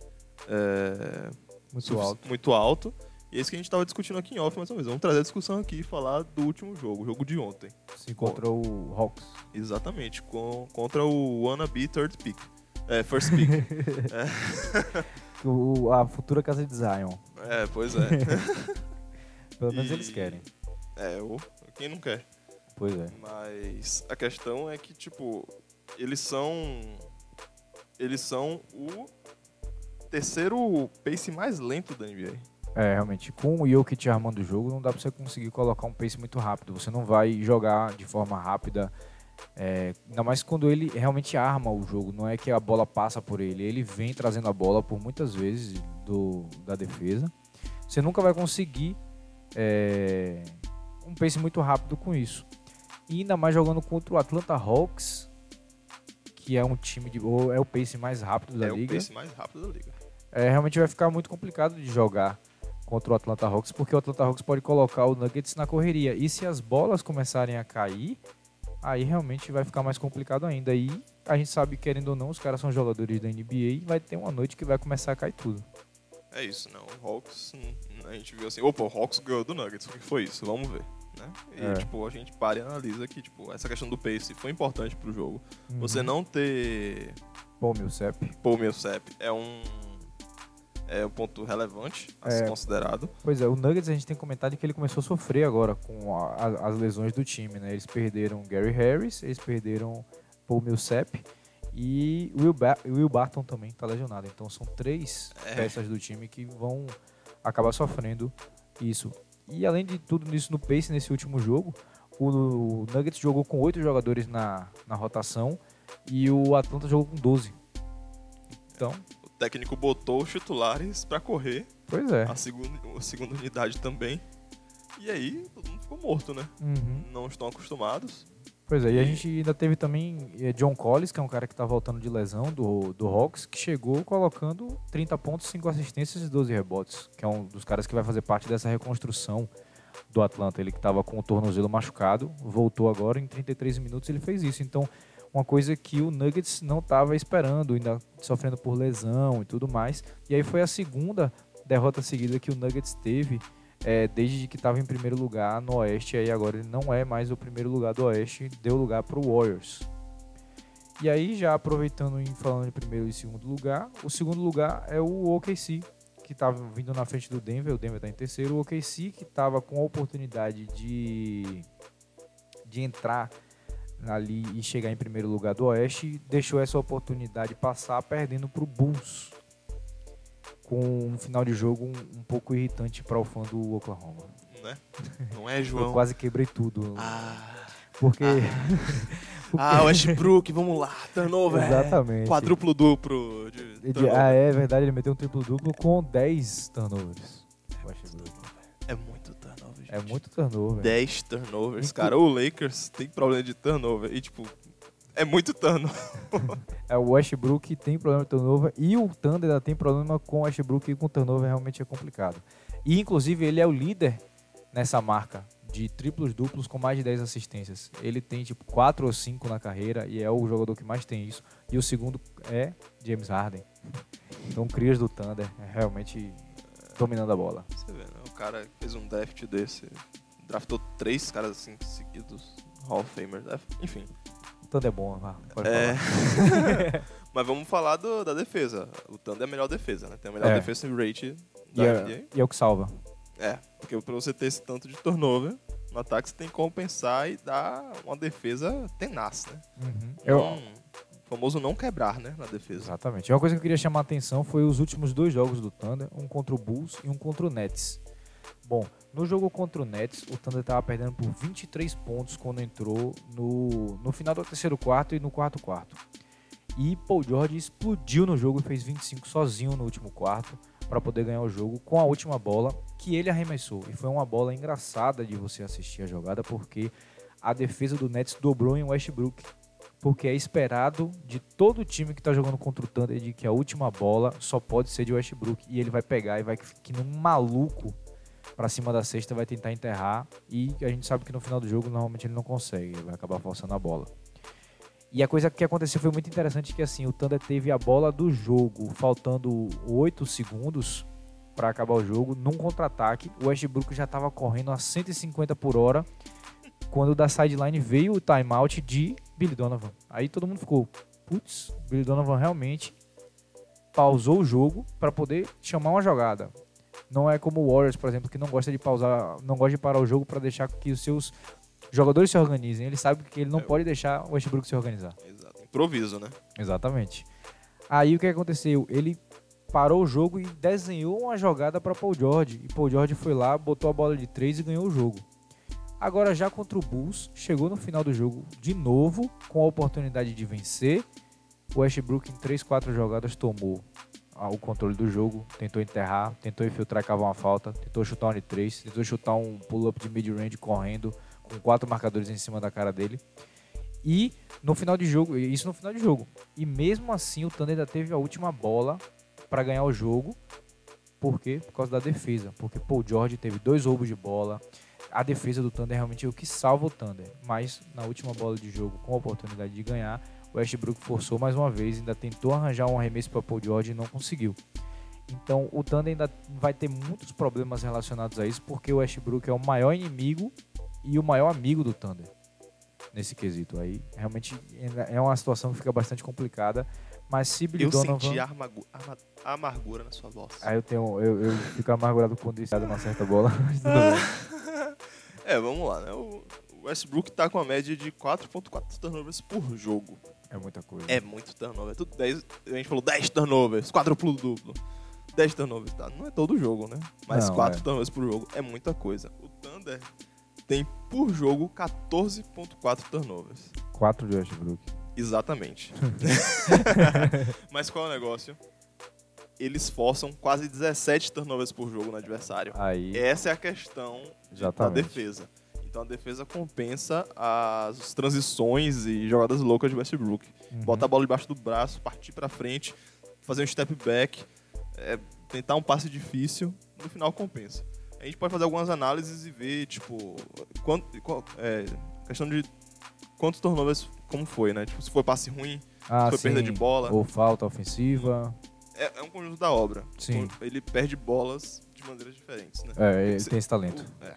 é, muito, alto. muito alto. E é isso que a gente estava discutindo aqui em off, mais uma vez. Vamos trazer a discussão aqui e falar do último jogo, o jogo de ontem. Sim, contra o Hawks. Exatamente, com, contra o wannabe third pick. É, first pick. é. o, a futura casa de Zion. É, pois é. Pelo menos e, eles querem. É, ou quem não quer. Pois é. Mas a questão é que, tipo, eles são... Eles são o terceiro pace mais lento da N B A. É, realmente, com o Jokic armando o jogo, não dá pra você conseguir colocar um pace muito rápido. Você não vai jogar de forma rápida, é, ainda mais quando ele realmente arma o jogo. Não é que a bola passa por ele, ele vem trazendo a bola por muitas vezes do, da defesa. Você nunca vai conseguir é, um pace muito rápido com isso. E ainda mais jogando contra o Atlanta Hawks, que é um time de... ou é o pace mais rápido da é liga. É o pace mais rápido da liga. É, realmente vai ficar muito complicado de jogar contra o Atlanta Hawks, porque o Atlanta Hawks pode colocar o Nuggets na correria. E se as bolas começarem a cair, aí realmente vai ficar mais complicado ainda. E a gente sabe, querendo ou não, os caras são jogadores da N B A e vai ter uma noite que vai começar a cair tudo. É isso, não. O Hawks, a gente viu assim, opa, o Hawks ganhou do Nuggets, o que foi isso? Vamos ver. Né? E, é. tipo, a gente para e analisa que, tipo, essa questão do pace foi importante pro jogo. Uhum. Você não ter... Paul Millsap. Paul Millsap é um... É um ponto relevante a é, ser considerado. Pois é, o Nuggets a gente tem comentado que ele começou a sofrer agora com a, a, as lesões do time, né? Eles perderam Gary Harris, eles perderam Paul Millsap e Will, ba- Will Barton também está lesionado. Então são três é. peças do time que vão acaba sofrendo isso. E além de tudo isso no pace nesse último jogo, o Nuggets jogou com oito jogadores na, na rotação e o Atlanta jogou com doze. Então, o técnico botou os titulares pra correr. Pois é. A segunda, a segunda unidade também. E aí, todo mundo ficou morto, né? Uhum. Não estão acostumados. Pois é, e a gente ainda teve também John Collins, que é um cara que tá voltando de lesão do, do Hawks, que chegou colocando trinta pontos, cinco assistências e doze rebotes, que é um dos caras que vai fazer parte dessa reconstrução do Atlanta. Ele que tava com o tornozelo machucado, voltou agora em trinta e três minutos ele fez isso. Então, uma coisa que o Nuggets não estava esperando, ainda sofrendo por lesão e tudo mais. E aí foi a segunda derrota seguida que o Nuggets teve é, desde que estava em primeiro lugar no Oeste. E aí agora ele não é mais o primeiro lugar do Oeste, deu lugar para o Warriors. E aí, já aproveitando e falando em primeiro e segundo lugar, o segundo lugar é o O K C, que estava vindo na frente do Denver. O Denver está em terceiro. O O K C, que estava com a oportunidade de, de entrar ali e chegar em primeiro lugar do Oeste, deixou essa oportunidade passar perdendo para o Bulls, com um final de jogo um, um pouco irritante para o fã do Oklahoma. Né? Não é, João? Eu quase quebrei tudo. Ah, porque... Ah, porque... ah Westbrook, vamos lá, turnover. Exatamente. Quadruplo-duplo. De de, ah, é verdade, ele meteu um triplo-duplo com dez turnovers. É muito turnover, gente. É muito turnover. dez turnovers, Inclu... cara. O Lakers tem problema de turnover e, tipo, é muito turnover. É, o Westbrook tem problema de turnover e o Thunder ainda tem problema com o Westbrook e com turnover realmente é complicado. E, inclusive, ele é o líder nessa marca de triplos duplos com mais de dez assistências. Ele tem, tipo, quatro ou cinco na carreira e é o jogador que mais tem isso. E o segundo é James Harden. Então, crias do Thunder, é realmente dominando a bola. Você vê, né? O cara fez um draft desse, draftou três caras assim seguidos, Hall of Famers, enfim. O Thunder é bom, pode é... falar. Mas vamos falar do, da defesa. O Thunder é a melhor defesa, né? Tem a melhor é. defensive rate da e N B A. É, e é o que salva. É, porque pra você ter esse tanto de turnover no ataque, você tem que compensar e dar uma defesa tenaz, né? Uhum. Eu... O famoso não quebrar, né, na defesa. Exatamente. Uma coisa que eu queria chamar a atenção foi os últimos dois jogos do Thunder, um contra o Bulls e um contra o Nets. Bom, no jogo contra o Nets, o Thunder estava perdendo por vinte e três pontos quando entrou no, no final do terceiro quarto e no quarto quarto. E Paul George explodiu no jogo e fez vinte e cinco sozinho no último quarto para poder ganhar o jogo com a última bola que ele arremessou. E foi uma bola engraçada de você assistir a jogada porque a defesa do Nets dobrou em Westbrook. Porque é esperado de todo time que está jogando contra o Thunder de que a última bola só pode ser de Westbrook. E ele vai pegar e vai que nem um maluco para cima da cesta, vai tentar enterrar. E a gente sabe que no final do jogo normalmente ele não consegue, ele vai acabar forçando a bola. E a coisa que aconteceu foi muito interessante, que assim, o Thunder teve a bola do jogo, faltando oito segundos para acabar o jogo, num contra-ataque. O Westbrook já estava correndo a cento e cinquenta por hora, quando da sideline veio o timeout de Billy Donovan. Aí todo mundo ficou, putz, Billy Donovan realmente pausou o jogo para poder chamar uma jogada. Não é como o Warriors, por exemplo, que não gosta de pausar, não gosta de parar o jogo para deixar que os seus jogadores se organizem. Ele sabe que ele não é, pode deixar o Westbrook se organizar. Exato. Improviso, né? Exatamente. Aí o que aconteceu? Ele parou o jogo e desenhou uma jogada para Paul George. E Paul George foi lá, botou a bola de três e ganhou o jogo. Agora já contra o Bulls, chegou no final do jogo de novo, com a oportunidade de vencer. O Westbrook em três, quatro jogadas tomou o controle do jogo, tentou enterrar, tentou infiltrar e cavar uma falta, tentou chutar um de três, tentou chutar um pull-up de mid-range correndo, com quatro marcadores em cima da cara dele. E no final de jogo, isso no final de jogo. E mesmo assim o Thunder ainda teve a última bola para ganhar o jogo. Por quê? Por causa da defesa. Porque Paul George teve dois roubos de bola. A defesa do Thunder é realmente o que salva o Thunder. Mas na última bola de jogo, com a oportunidade de ganhar, o Westbrook forçou mais uma vez, ainda tentou arranjar um arremesso para Paul George e não conseguiu. Então o Thunder ainda vai ter muitos problemas relacionados a isso, porque o Westbrook é o maior inimigo e o maior amigo do Thunder nesse quesito. Aí realmente é uma situação que fica bastante complicada. Mas se Billy eu Donovan... senti a amargura, a amargura na sua voz. Aí eu, tenho, eu, eu fico amargurado quando isso numa certa bola. É, vamos lá, né? O Westbrook tá com a média de quatro vírgula quatro turnovers por jogo. É muita coisa. É muito turnover. Tudo dez, a gente falou dez turnovers, quadruplo duplo. dez turnovers, tá? Não é todo jogo, né? Mas Não, quatro é. turnovers por jogo é muita coisa. O Thunder tem por jogo quatorze vírgula quatro turnovers. quatro de Westbrook. Exatamente. Mas qual é o negócio? Eles forçam quase dezessete turnovers por jogo no adversário. Aí, Essa é a questão de- da Exatamente. defesa. Então a defesa compensa as transições e jogadas loucas de Westbrook. Uhum. Botar a bola debaixo do braço, partir pra frente, fazer um step back, é, tentar um passe difícil, no final compensa. A gente pode fazer algumas análises e ver, tipo, quanto, qual- é, questão de quantos turnovers, como foi, né? Tipo, se foi passe ruim, ah, se foi sim, perda de bola. ou falta ofensiva. É, é um conjunto da obra. Sim. Então, ele perde bolas de maneiras diferentes, né? É, ele Você- tem esse talento. É.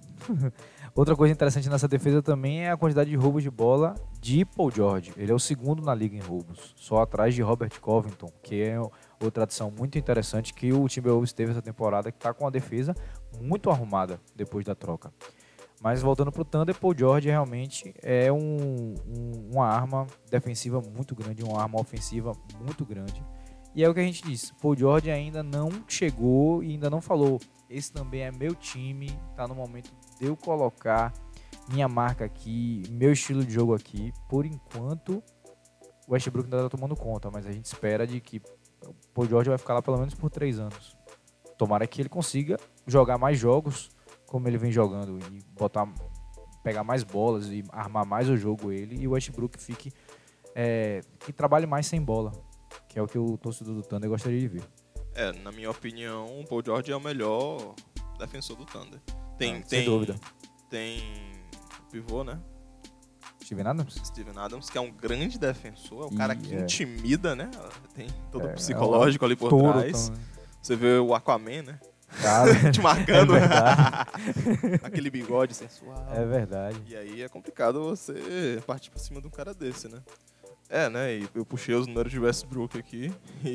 Outra coisa interessante nessa defesa também é a quantidade de roubos de bola de Paul George. Ele é o segundo na liga em roubos, só atrás de Robert Covington, que é outra adição muito interessante que o Timberwolves teve essa temporada, que está com a defesa muito arrumada depois da troca. Mas voltando para o Thunder, Paul George realmente é um, um, uma arma defensiva muito grande, uma arma ofensiva muito grande. E é o que a gente disse, Paul George ainda não chegou e ainda não falou, esse também é meu time, tá no momento de eu colocar minha marca aqui, meu estilo de jogo aqui. Por enquanto, o Westbrook ainda tá tomando conta, mas a gente espera de que o Paul George vai ficar lá pelo menos por três anos. Tomara que ele consiga jogar mais jogos como ele vem jogando e botar, pegar mais bolas e armar mais o jogo ele, e o Westbrook fique, é, que trabalhe mais sem bola, que é o que o torcedor do Thunder gostaria de ver. É, na minha opinião, o Paul George é o melhor defensor do Thunder. Tem, Ah, tem, sem dúvida. Tem o pivô, né? Steven Adams? Steven Adams, que é um grande defensor, é o E, cara que é. intimida, né? Tem todo É, o psicológico é um ali por touro trás. também. Você vê o Aquaman, né? Cara, Te marcando. É verdade. Aquele bigode sensual. é verdade. E aí é complicado você partir por cima de um cara desse, né? É, né? E eu puxei os números de Westbrook aqui e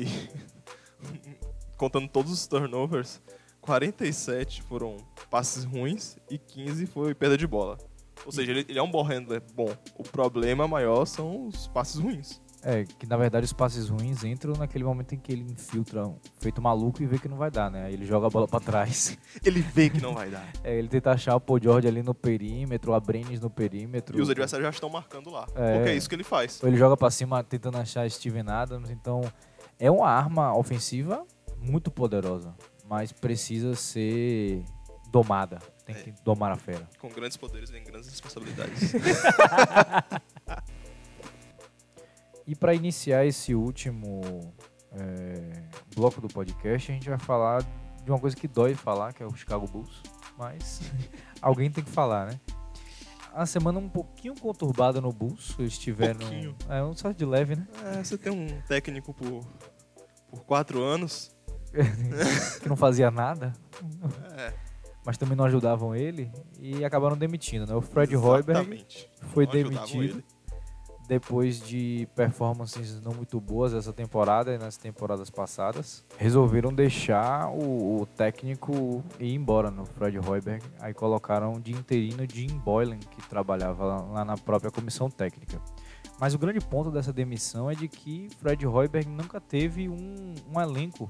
contando todos os turnovers, quarenta e sete foram passes ruins e quinze foi perda de bola. Ou seja, ele, ele é um ball handler bom. O problema maior são os passes ruins. É, que na verdade os passes ruins entram naquele momento em que ele infiltra um feito maluco e vê que não vai dar, né? Aí ele joga a bola pra trás. Ele vê que não vai dar. É, ele tenta achar o Paul George ali no perímetro, a Brenes no perímetro. E os adversários já estão marcando lá. É. Porque é isso que ele faz. Ou ele joga pra cima tentando achar Steven Adams. Então, é uma arma ofensiva muito poderosa, mas precisa ser domada. Tem É. que domar a fera. Com grandes poderes vem grandes responsabilidades. E para iniciar esse último é, bloco do podcast, a gente vai falar de uma coisa que dói falar, que é o Chicago Bulls. Mas alguém tem que falar, né? A semana um pouquinho conturbada no Bulls. Eles tiveram... Pouquinho. É, um só de leve, né? É, você tem um técnico por, por quatro anos. Que não fazia nada. É, Mas também não ajudavam ele. E acabaram demitindo, né? O Fred Hoiberg exatamente. foi Não ajudavam demitido. ele. Depois de performances não muito boas essa temporada e nas temporadas passadas, resolveram deixar o, o técnico ir embora no Fred Hoiberg. Aí colocaram de interino Jim Boylan, que trabalhava lá, lá na própria comissão técnica. Mas o grande ponto dessa demissão é de que Fred Hoiberg nunca teve um, um elenco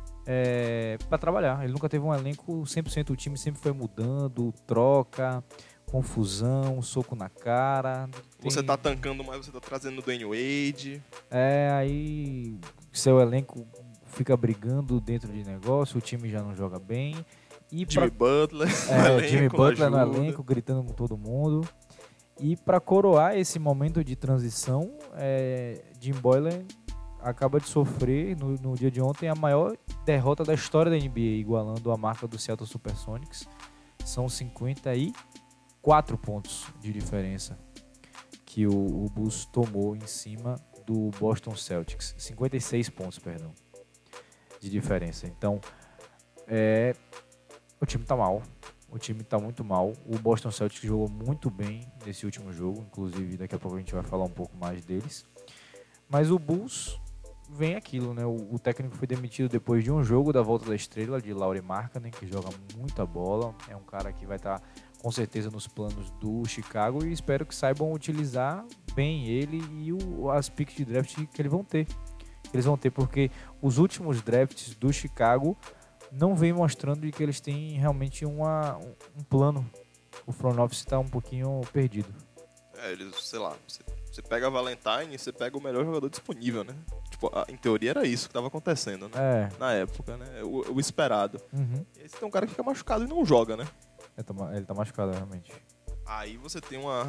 é, para trabalhar. Ele nunca teve um elenco cem por cento, o time sempre foi mudando, troca, confusão, soco na cara. Você Tem- tá tancando, mas você tá trazendo o Dwayne Wade. É, aí seu elenco fica brigando dentro de negócio, o time já não joga bem. E Jimmy Butler. pra, no é, elenco, Jimmy não Butler no ajuda. elenco, gritando com todo mundo. E para coroar esse momento de transição, é, Jim Boylan acaba de sofrer no, no dia de ontem a maior derrota da história da N B A, igualando a marca do Seattle Supersonics. São cinquenta e quatro pontos de diferença que o, o Bulls tomou em cima do Boston Celtics. cinquenta e seis pontos, perdão, de diferença. Então, é, o time tá mal. O time tá muito mal. O Boston Celtics jogou muito bem nesse último jogo. Inclusive, daqui a pouco a gente vai falar um pouco mais deles. Mas o Bulls vem aquilo, né? O, o técnico foi demitido depois de um jogo da volta da estrela, de Lauri Markkanen, que joga muita bola. É um cara que vai estar, com certeza, nos planos do Chicago. E espero que saibam utilizar bem ele e o, as picks de draft que eles vão ter. que eles vão ter, porque os últimos drafts do Chicago não vem mostrando que eles têm realmente uma, um plano. O front office está um pouquinho perdido. É, eles, sei lá, você, você pega a Valentine e você pega o melhor jogador disponível, né? Tipo, a, em teoria era isso que estava acontecendo, né? É. Na época, né? O, o esperado. Uhum. E aí você tem um cara que fica machucado e não joga, né? Ele tá machucado, realmente. Aí você tem uma...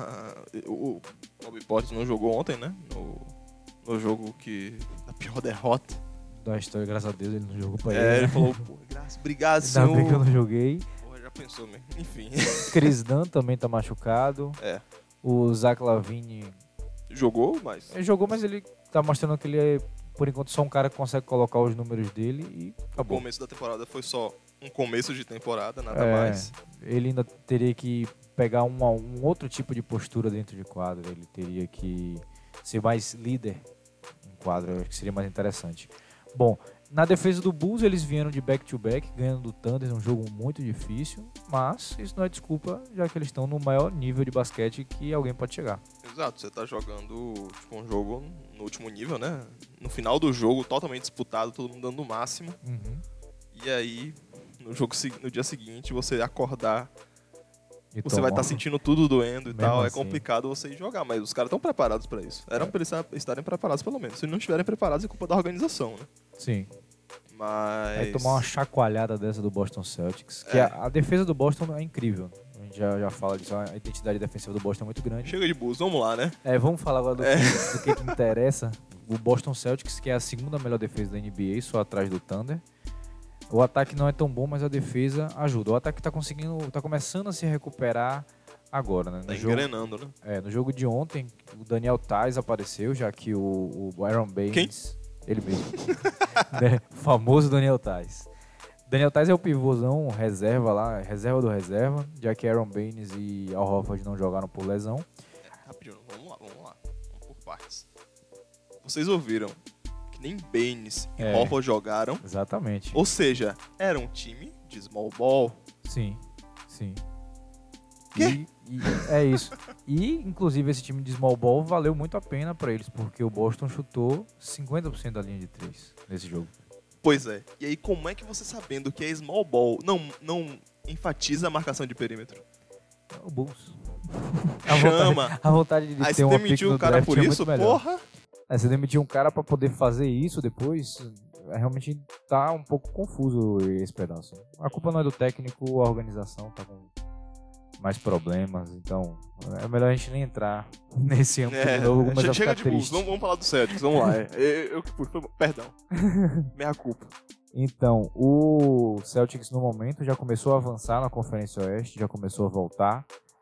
O Bobby Portis não jogou ontem, né? No, no jogo que... A pior derrota. Da história, graças a Deus, ele não jogou pra ele. É, ele falou, pô, graças, obrigado, senhor. Ainda bem que eu não joguei. Porra, já pensou mesmo. Enfim. Chris Dunn também tá machucado. É. O Zach LaVine... Jogou, mas... Ele jogou, mas ele tá mostrando que ele é, por enquanto, só um cara que consegue colocar os números dele e acabou. O começo da temporada foi só um começo de temporada, nada é, mais. Ele ainda teria que pegar uma, um outro tipo de postura dentro de quadro. Ele teria que ser mais líder em quadro. Eu acho que seria mais interessante. Bom, na defesa do Bulls, eles vieram de back-to-back, ganhando do Thunder, um jogo muito difícil, mas isso não é desculpa, já que eles estão no maior nível de basquete que alguém pode chegar. Exato, você tá jogando tipo, um jogo no último nível, né? No final do jogo, totalmente disputado, todo mundo dando o máximo. Uhum. E aí, no, jogo, no dia seguinte, você acordar, E você vai estar tá sentindo tudo doendo e Mesmo tal. assim. É complicado você ir jogar, mas os caras estão preparados pra isso. Eram pra eles estarem preparados, pelo menos. Se não estiverem preparados, é culpa da organização, né? Sim. Mas... Aí tomar uma chacoalhada dessa do Boston Celtics, que É. a, a defesa do Boston é incrível. A gente já, já fala disso, a identidade defensiva do Boston é muito grande. Chega de Bulls, vamos lá, né? É, vamos falar agora do, É. que, do que, que interessa. O Boston Celtics, que é a segunda melhor defesa da N B A, só atrás do Thunder. O ataque não é tão bom, mas a defesa ajuda. O ataque tá conseguindo, tá começando a se recuperar agora, né? No Tá jogo, engrenando, né? é, no jogo de ontem, o Daniel Tais apareceu, já que o, o Aaron Baines... Quem? Ele mesmo. Né? O famoso Daniel Tais. Daniel Tais é o pivôzão reserva lá, reserva do reserva, já que Aaron Baines e Al Horford não jogaram por lesão. É, rapidinho, vamos lá, vamos lá. Vamos por partes. Vocês ouviram que nem Baines e É. Horford jogaram. Exatamente. Ou seja, era um time de small ball. Sim, sim. Quê? E, e é isso. E, inclusive, esse time de small ball valeu muito a pena pra eles, porque o Boston chutou cinquenta por cento da linha de três nesse jogo. Pois é. E aí, como é que você, sabendo que é small ball, não, não enfatiza a marcação de perímetro? O Bulls. Chama. Vontade, a vontade de Aí ter você uma pick demitiu no o cara draft por é isso? muito melhor. Porra! É, você demitir um cara pra poder fazer isso depois, é, realmente tá um pouco confuso esse pedaço. A culpa não é do técnico, a organização tá com mais problemas, então é melhor a gente nem entrar nesse âmbito É, de novo, vou começar a chega ficar de Bulls, triste. vamos, vamos falar do Celtics, vamos lá. É, eu, eu que fui, foi, perdão. Minha culpa. Então, o Celtics no momento já começou a avançar na Conferência Oeste, já começou a voltar.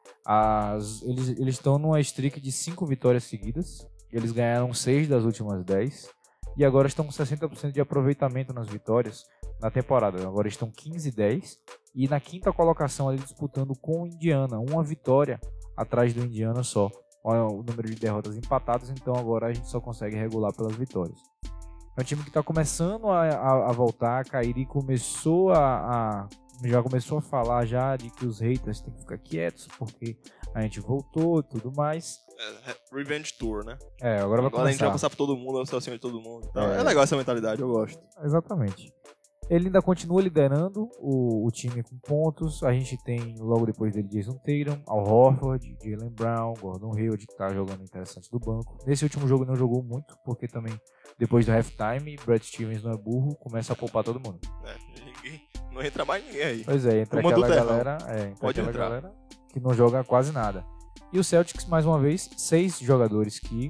As, eles eles estão numa streak de cinco vitórias seguidas. Eles ganharam seis das últimas dez. E agora estão com sessenta por cento de aproveitamento nas vitórias na temporada. Agora estão quinze e dez. E na quinta colocação ali disputando com o Indiana. Uma vitória atrás do Indiana só. Olha o número de derrotas empatadas. Então agora a gente só consegue regular pelas vitórias. É um time que está começando a, a, a voltar. A Kyrie começou a, a, já começou a falar já de que os haters têm que ficar quietos, porque a gente voltou e tudo mais. É, Revenge Tour, né? É, agora vai Agora a gente vai começar. passar por todo mundo, a situação de todo mundo. Então, É. é legal essa mentalidade, eu gosto. Exatamente. Ele ainda continua liderando o, o time com pontos. A gente tem logo depois dele Jason Tatum, Al Horford, Jaylen Brown, Gordon Hayward, que está jogando interessante do banco. Nesse último jogo não jogou muito, porque também depois do halftime, Brad Stevens não é burro, começa a poupar todo mundo. É, ninguém, não entra mais ninguém aí. Pois é, entre Turma do aquela terrão. galera, é, entre Pode aquela entrar. galera que não joga quase nada. E o Celtics, mais uma vez, seis jogadores que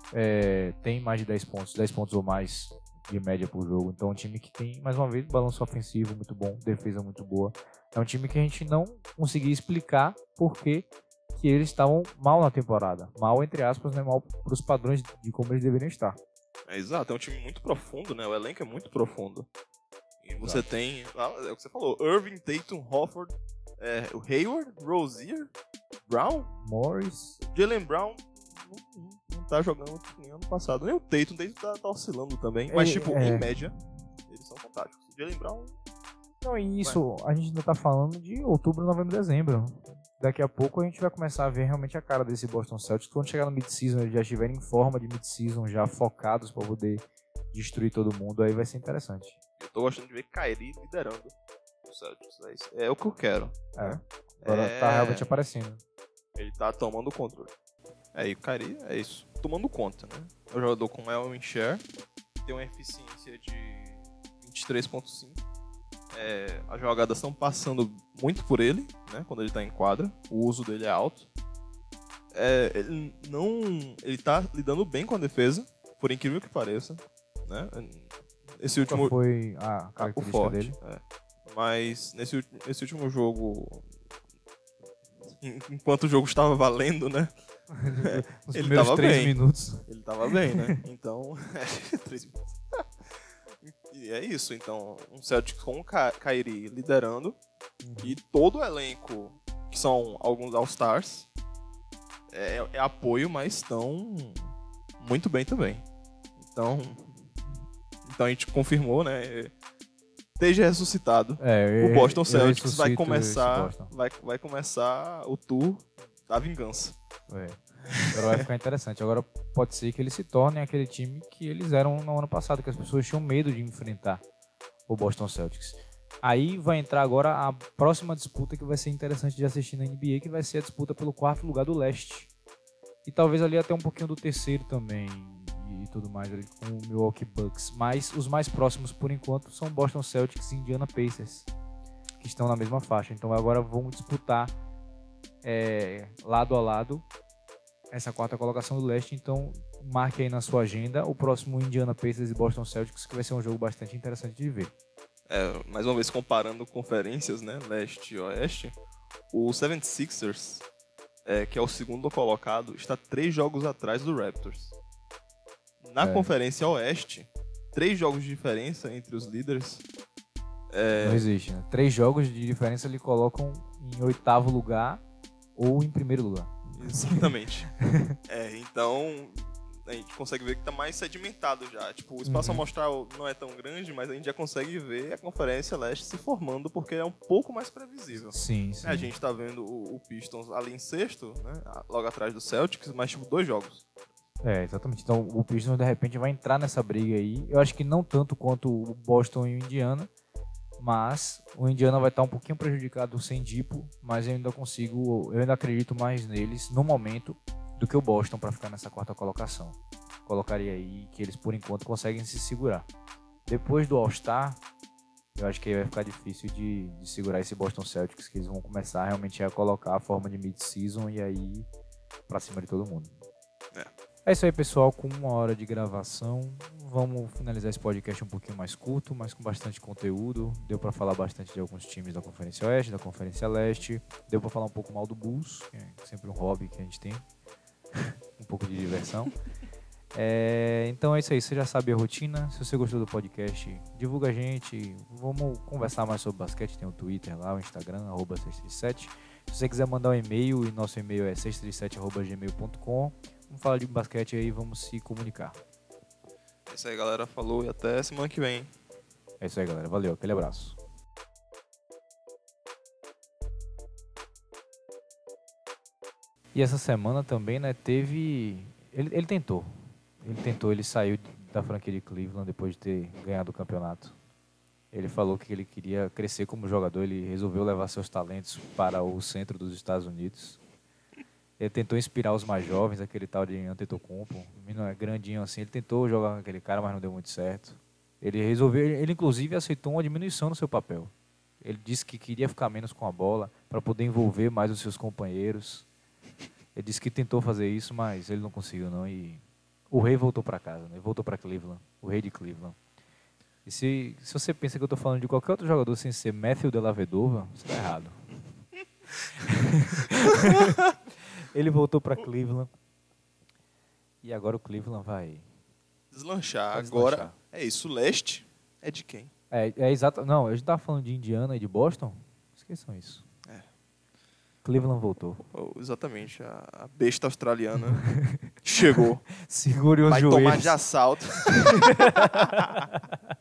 é, tem mais de dez pontos, dez pontos ou mais de média por jogo. Então é um time que tem, mais uma vez, balanço ofensivo muito bom, defesa muito boa. É um time que a gente não conseguia explicar por que que eles estavam mal na temporada. Mal, entre aspas, né? Mal para os padrões de como eles deveriam estar. É, exato, é um time muito profundo, né? O elenco é muito profundo. E você Exato. tem, ah, é o que você falou, Irving, Tatum, Horford, é, o Hayward, Rozier, Brown, Morris, Jaylen Brown não, não, não tá jogando nem ano passado. Nem o Tatum, o Tatum tá, tá oscilando também. Mas, É, tipo, é. em média, eles são fantásticos. O Jaylen Brown, não, e isso, a gente ainda tá falando de outubro, novembro, dezembro. Daqui a pouco a gente vai começar a ver realmente a cara desse Boston Celtics. Quando chegar no mid-season, eles já estiverem em forma de mid-season, já focados para poder destruir todo mundo, aí vai ser interessante. Eu tô gostando de ver Kyrie liderando o Celtics. É, isso. É o que eu quero. É. Agora é... tá realmente aparecendo. Ele tá tomando o controle. É, e o Kyrie é isso. Tomando conta, né? É um jogador com Elwin Share, tem uma eficiência de vinte e três vírgula cinco. É, as jogadas estão passando muito por ele, né? Quando ele tá em quadra. O uso dele é alto. É, ele não... Ele tá lidando bem com a defesa, por incrível que pareça, né? Esse Nunca último... foi a característica forte, dele. É. Mas nesse, nesse último jogo, enquanto o jogo estava valendo, né? Os ele primeiros tava três bem. minutos. Ele tava bem, né? Então, três minutos. E é isso, então, um Celtics com o Ka- Kyrie liderando uhum. e todo o elenco, que são alguns All-Stars, é, é apoio, mas estão muito bem também. Então, então a gente confirmou, né? Esteja ressuscitado. É, o Boston Celtics vai começar, vai, vai começar o tour da vingança. É. Agora vai ficar interessante. Agora pode ser que eles se tornem aquele time que eles eram no ano passado, que as pessoas tinham medo de enfrentar o Boston Celtics. Aí vai entrar agora a próxima disputa que vai ser interessante de assistir na N B A, que vai ser a disputa pelo quarto lugar do leste. E talvez ali até um pouquinho do terceiro também e tudo mais ali com o Milwaukee Bucks. Mas os mais próximos por enquanto são Boston Celtics e Indiana Pacers, que estão na mesma faixa. Então agora vão disputar é, lado a lado essa quarta colocação do leste, então marque aí na sua agenda o próximo Indiana Pacers e Boston Celtics, que vai ser um jogo bastante interessante de ver. É, mais uma vez comparando conferências, né, leste e oeste, o setenta e seis ers, é, que é o segundo colocado, está três jogos atrás do Raptors. Na é. conferência oeste, três jogos de diferença entre os líderes. É... Não existe, né? Três jogos de diferença lhe colocam em oitavo lugar ou em primeiro lugar. Exatamente. é, então, a gente consegue ver que está mais sedimentado já. Tipo, o espaço uhum. amostral não é tão grande, mas a gente já consegue ver a Conferência Leste se formando, porque é um pouco mais previsível. Sim, sim. A gente está vendo o, o Pistons ali em sexto, né, logo atrás do Celtics, mas tipo, dois jogos. É, exatamente. Então, o Pistons, de repente, vai entrar nessa briga aí. Eu acho que não tanto quanto o Boston e o Indiana, mas o Indiana vai estar um pouquinho prejudicado sem Dipo, mas eu ainda consigo, eu ainda acredito mais neles no momento do que o Boston para ficar nessa quarta colocação. Colocaria aí que eles por enquanto conseguem se segurar. Depois do All-Star, eu acho que aí vai ficar difícil de, de segurar esse Boston Celtics, que eles vão começar realmente a colocar a forma de mid-season e aí para cima de todo mundo. É. É isso aí, pessoal, com uma hora de gravação, vamos finalizar esse podcast um pouquinho mais curto, mas com bastante conteúdo. Deu para falar bastante de alguns times da Conferência Oeste, da Conferência Leste. Deu para falar um pouco mal do Bulls, que é sempre um hobby que a gente tem. um pouco de diversão. É, então é isso aí, você já sabe a rotina. Se você gostou do podcast, divulga a gente. Vamos conversar mais sobre basquete. Tem o Twitter lá, o Instagram, arroba seis três sete. Se você quiser mandar um e-mail, e nosso e-mail é seis três sete arroba gmail ponto com. Vamos falar de basquete aí, vamos se comunicar. É isso aí, galera. Falou e até semana que vem. É isso aí, galera. Valeu, aquele abraço. E essa semana também, né, teve... Ele, ele tentou. Ele tentou, ele saiu da franquia de Cleveland depois de ter ganhado o campeonato. Ele falou que ele queria crescer como jogador, ele resolveu levar seus talentos para o centro dos Estados Unidos. Ele tentou inspirar os mais jovens, aquele tal de Antetokounmpo, um menino grandinho assim, ele tentou jogar com aquele cara, mas não deu muito certo. Ele resolveu, ele inclusive aceitou uma diminuição no seu papel. Ele disse que queria ficar menos com a bola para poder envolver mais os seus companheiros. Ele disse que tentou fazer isso, mas ele não conseguiu não e o rei voltou para casa, né? Ele voltou para Cleveland, o rei de Cleveland. E se, se você pensa que eu estou falando de qualquer outro jogador sem ser Matthew Dellavedova, você está errado. Ele voltou para Cleveland e agora o Cleveland vai deslanchar. vai agora deslanchar. É isso, o leste é de quem? É, é exato. Não, a gente estava falando de Indiana e de Boston. Esqueçam isso. É. Cleveland voltou. Oh, exatamente, a, a besta australiana chegou. Segure os vai joelhos. Vai tomar de assalto.